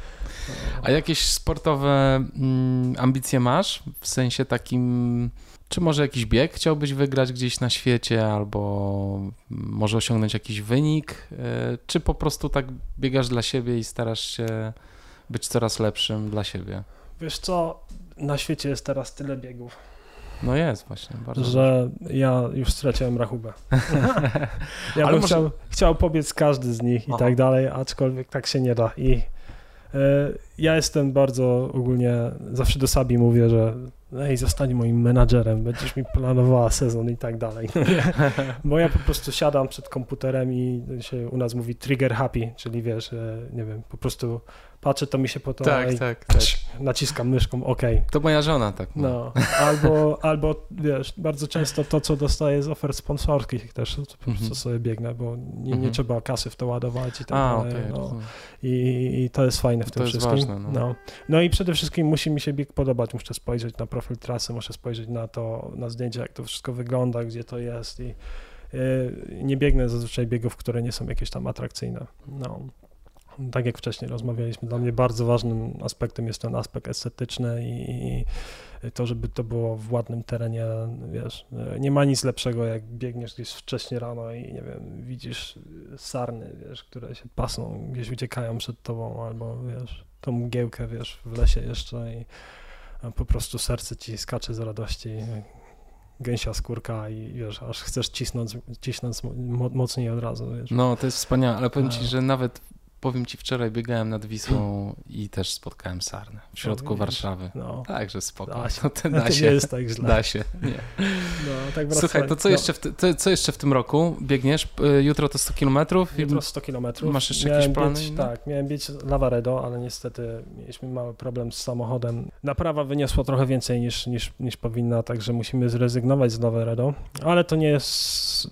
Speaker 2: A jakieś sportowe ambicje masz? W sensie takim, czy może jakiś bieg chciałbyś wygrać gdzieś na świecie, albo może osiągnąć jakiś wynik, czy po prostu tak biegasz dla siebie i starasz się być coraz lepszym dla siebie?
Speaker 1: Wiesz co, na świecie jest teraz tyle biegów.
Speaker 2: No jest właśnie, bardzo
Speaker 1: że ja już straciłem rachubę. Ja bym chciał pobiec każdy z nich i tak dalej, aczkolwiek tak się nie da. I ja jestem bardzo ogólnie, zawsze do Sabi mówię, że zostań moim menadżerem, będziesz mi planowała sezon i tak dalej. Bo ja po prostu siadam przed komputerem i się u nas mówi trigger happy, czyli wiesz, nie wiem, po prostu patrzę, to mi się po to
Speaker 2: tak.
Speaker 1: naciskam myszką, OK.
Speaker 2: To moja żona tak ma.
Speaker 1: No, albo wiesz, bardzo często to, co dostaję z ofert sponsorskich też, to po prostu sobie biegnę, bo nie trzeba kasy w to ładować i tak dalej.
Speaker 2: Okay,
Speaker 1: no. I to jest fajne w tym wszystkim.
Speaker 2: Ważne,
Speaker 1: no i przede wszystkim musi mi się bieg podobać, muszę spojrzeć na profil trasy, muszę spojrzeć na to, na zdjęcia, jak to wszystko wygląda, gdzie to jest i nie biegnę zazwyczaj biegów, które nie są jakieś tam atrakcyjne. No. Tak jak wcześniej rozmawialiśmy, dla mnie bardzo ważnym aspektem jest ten aspekt estetyczny i to, żeby to było w ładnym terenie, wiesz, nie ma nic lepszego, jak biegniesz gdzieś wcześnie rano i nie wiem, widzisz sarny, wiesz, które się pasą, gdzieś uciekają przed tobą, albo wiesz, tą mgiełkę, wiesz, w lesie jeszcze i po prostu serce ci skacze z radości, gęsia skórka i wiesz, aż chcesz cisnąć mocniej od razu, wiesz.
Speaker 2: No, to jest wspaniałe, ale powiem ci, że nawet powiem ci, wczoraj biegałem nad Wisłą i też spotkałem sarnę w środku Warszawy. No. Także spoko. Da się.
Speaker 1: Nie jest tak źle.
Speaker 2: Da się. Nie.
Speaker 1: No, tak
Speaker 2: słuchaj, to co jeszcze w tym roku biegniesz? Jutro to 100 km?
Speaker 1: Jutro 100 km.
Speaker 2: Masz jeszcze jakieś plany?
Speaker 1: Tak, miałem biec Lavaredo, ale niestety mieliśmy mały problem z samochodem. Naprawa wyniosła trochę więcej niż powinna, także musimy zrezygnować z Lavaredo, ale to nie jest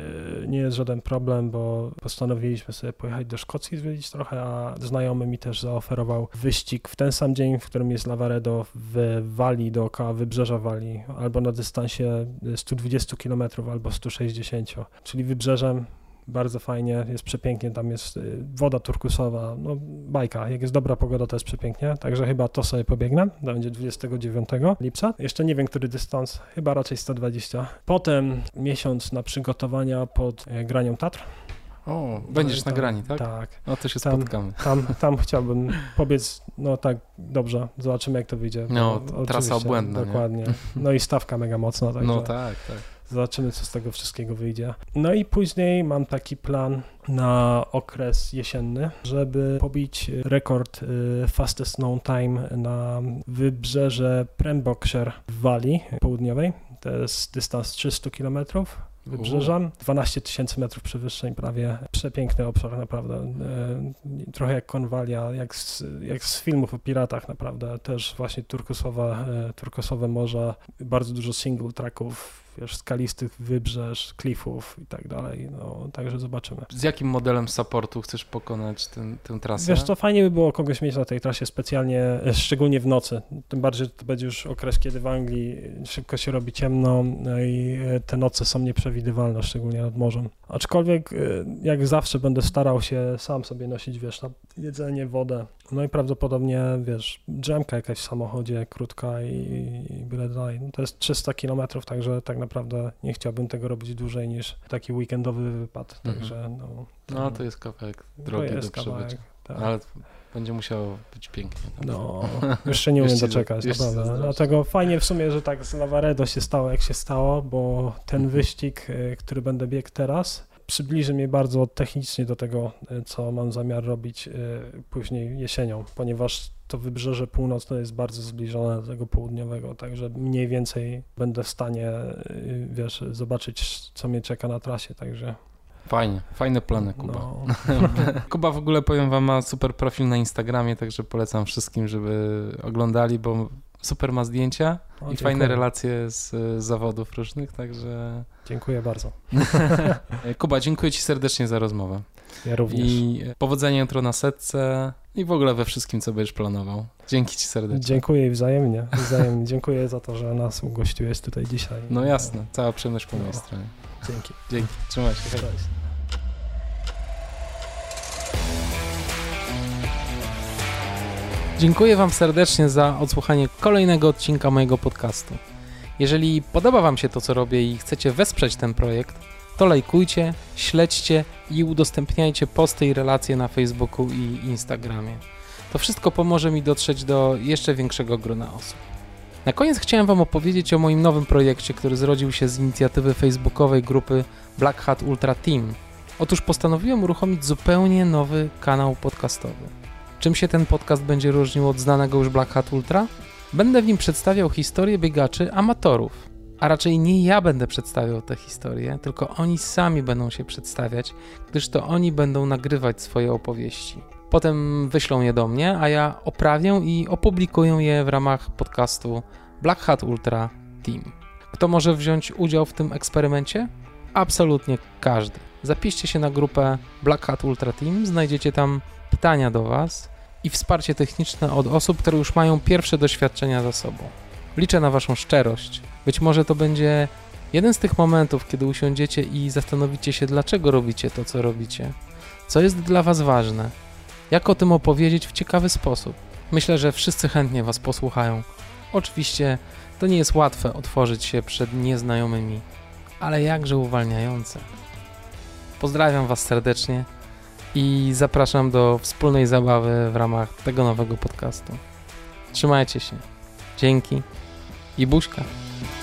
Speaker 1: żaden problem, bo postanowiliśmy sobie pojechać do Szkocji, zwiedzić trochę, a znajomy mi też zaoferował wyścig w ten sam dzień, w którym jest Lavaredo w Walii, dookoła wybrzeża Walii, albo na dystansie 120 km, albo 160, czyli wybrzeżem. Bardzo fajnie, jest przepięknie, tam jest woda turkusowa, no bajka, jak jest dobra pogoda, to jest przepięknie, także chyba to sobie pobiegnę, to będzie 29 lipca, jeszcze nie wiem, który dystans, chyba raczej 120. Potem miesiąc na przygotowania pod Granią Tatr.
Speaker 2: O, będziesz na Grani, tak?
Speaker 1: Tak.
Speaker 2: No to się spotkamy.
Speaker 1: Tam chciałbym pobiec, no tak, dobrze, zobaczymy jak to wyjdzie.
Speaker 2: No, trasa obłędna.
Speaker 1: Dokładnie, no i stawka mega mocna. Także
Speaker 2: no tak.
Speaker 1: Zobaczymy, co z tego wszystkiego wyjdzie. No i później mam taki plan na okres jesienny, żeby pobić rekord fastest known time na wybrzeże Pembrokeshire w Walii Południowej. To jest dystans 300 km. Wybrzeżem, 12 000 metrów przewyższeń prawie, przepiękny obszar naprawdę, trochę jak Konwalia, jak z filmów o piratach naprawdę, też właśnie turkosowe morze, bardzo dużo single tracków, wiesz, skalistych wybrzeż, klifów i tak dalej, no także zobaczymy.
Speaker 2: Z jakim modelem supportu chcesz pokonać tę trasę?
Speaker 1: Wiesz co, fajnie by było kogoś mieć na tej trasie specjalnie, szczególnie w nocy, tym bardziej, że to będzie już okres, kiedy w Anglii szybko się robi ciemno, no i te noce są nieprzewidywalne, szczególnie nad morzem. Aczkolwiek jak zawsze będę starał się sam sobie nosić, wiesz, jedzenie, wodę, no i prawdopodobnie, wiesz, drzemka jakaś w samochodzie, krótka i byle dalej. No to jest 300 km, także tak naprawdę nie chciałbym tego robić dłużej niż taki weekendowy wypad, także
Speaker 2: no to jest kawałek drogi do przebycia.
Speaker 1: Tak.
Speaker 2: Ale będzie musiało być pięknie.
Speaker 1: No, już się nie umiem doczekać, naprawdę. Dlatego fajnie w sumie, że tak z Lavaredo się stało, jak się stało, bo ten wyścig, który będę biegł teraz, przybliży mnie bardzo technicznie do tego, co mam zamiar robić później jesienią, ponieważ to wybrzeże północne jest bardzo zbliżone do tego południowego, także mniej więcej będę w stanie, zobaczyć, co mnie czeka na trasie, także...
Speaker 2: Fajne plany, Kuba. Kuba w ogóle, powiem wam, ma super profil na Instagramie, także polecam wszystkim, żeby oglądali, bo super ma zdjęcia i fajne relacje z zawodów różnych, także...
Speaker 1: Dziękuję bardzo.
Speaker 2: Kuba, dziękuję ci serdecznie za rozmowę.
Speaker 1: Ja również.
Speaker 2: I powodzenia jutro na setce i w ogóle we wszystkim, co będziesz planował. Dzięki ci serdecznie.
Speaker 1: Dziękuję i wzajemnie. Dziękuję za to, że nas ugościłeś tutaj dzisiaj.
Speaker 2: No jasne, cała przyjemność po mojej stronie.
Speaker 1: Dzięki.
Speaker 2: Trzymaj się. Dziękuję wam serdecznie za odsłuchanie kolejnego odcinka mojego podcastu. Jeżeli podoba wam się to, co robię i chcecie wesprzeć ten projekt, to lajkujcie, śledźcie i udostępniajcie posty i relacje na Facebooku i Instagramie. To wszystko pomoże mi dotrzeć do jeszcze większego grona osób. Na koniec chciałem wam opowiedzieć o moim nowym projekcie, który zrodził się z inicjatywy facebookowej grupy Black Hat Ultra Team. Otóż postanowiłem uruchomić zupełnie nowy kanał podcastowy. Czym się ten podcast będzie różnił od znanego już Black Hat Ultra? Będę w nim przedstawiał historię biegaczy amatorów. A raczej nie ja będę przedstawiał te historie, tylko oni sami będą się przedstawiać, gdyż to oni będą nagrywać swoje opowieści. Potem wyślą je do mnie, a ja oprawię i opublikuję je w ramach podcastu Black Hat Ultra Team. Kto może wziąć udział w tym eksperymencie? Absolutnie każdy. Zapiszcie się na grupę Black Hat Ultra Team, znajdziecie tam pytania do was i wsparcie techniczne od osób, które już mają pierwsze doświadczenia za sobą. Liczę na waszą szczerość. Być może to będzie jeden z tych momentów, kiedy usiądziecie i zastanowicie się, dlaczego robicie to, co robicie. Co jest dla was ważne? Jak o tym opowiedzieć w ciekawy sposób? Myślę, że wszyscy chętnie was posłuchają. Oczywiście to nie jest łatwe otworzyć się przed nieznajomymi, ale jakże uwalniające. Pozdrawiam was serdecznie i zapraszam do wspólnej zabawy w ramach tego nowego podcastu. Trzymajcie się. Dzięki i buźka.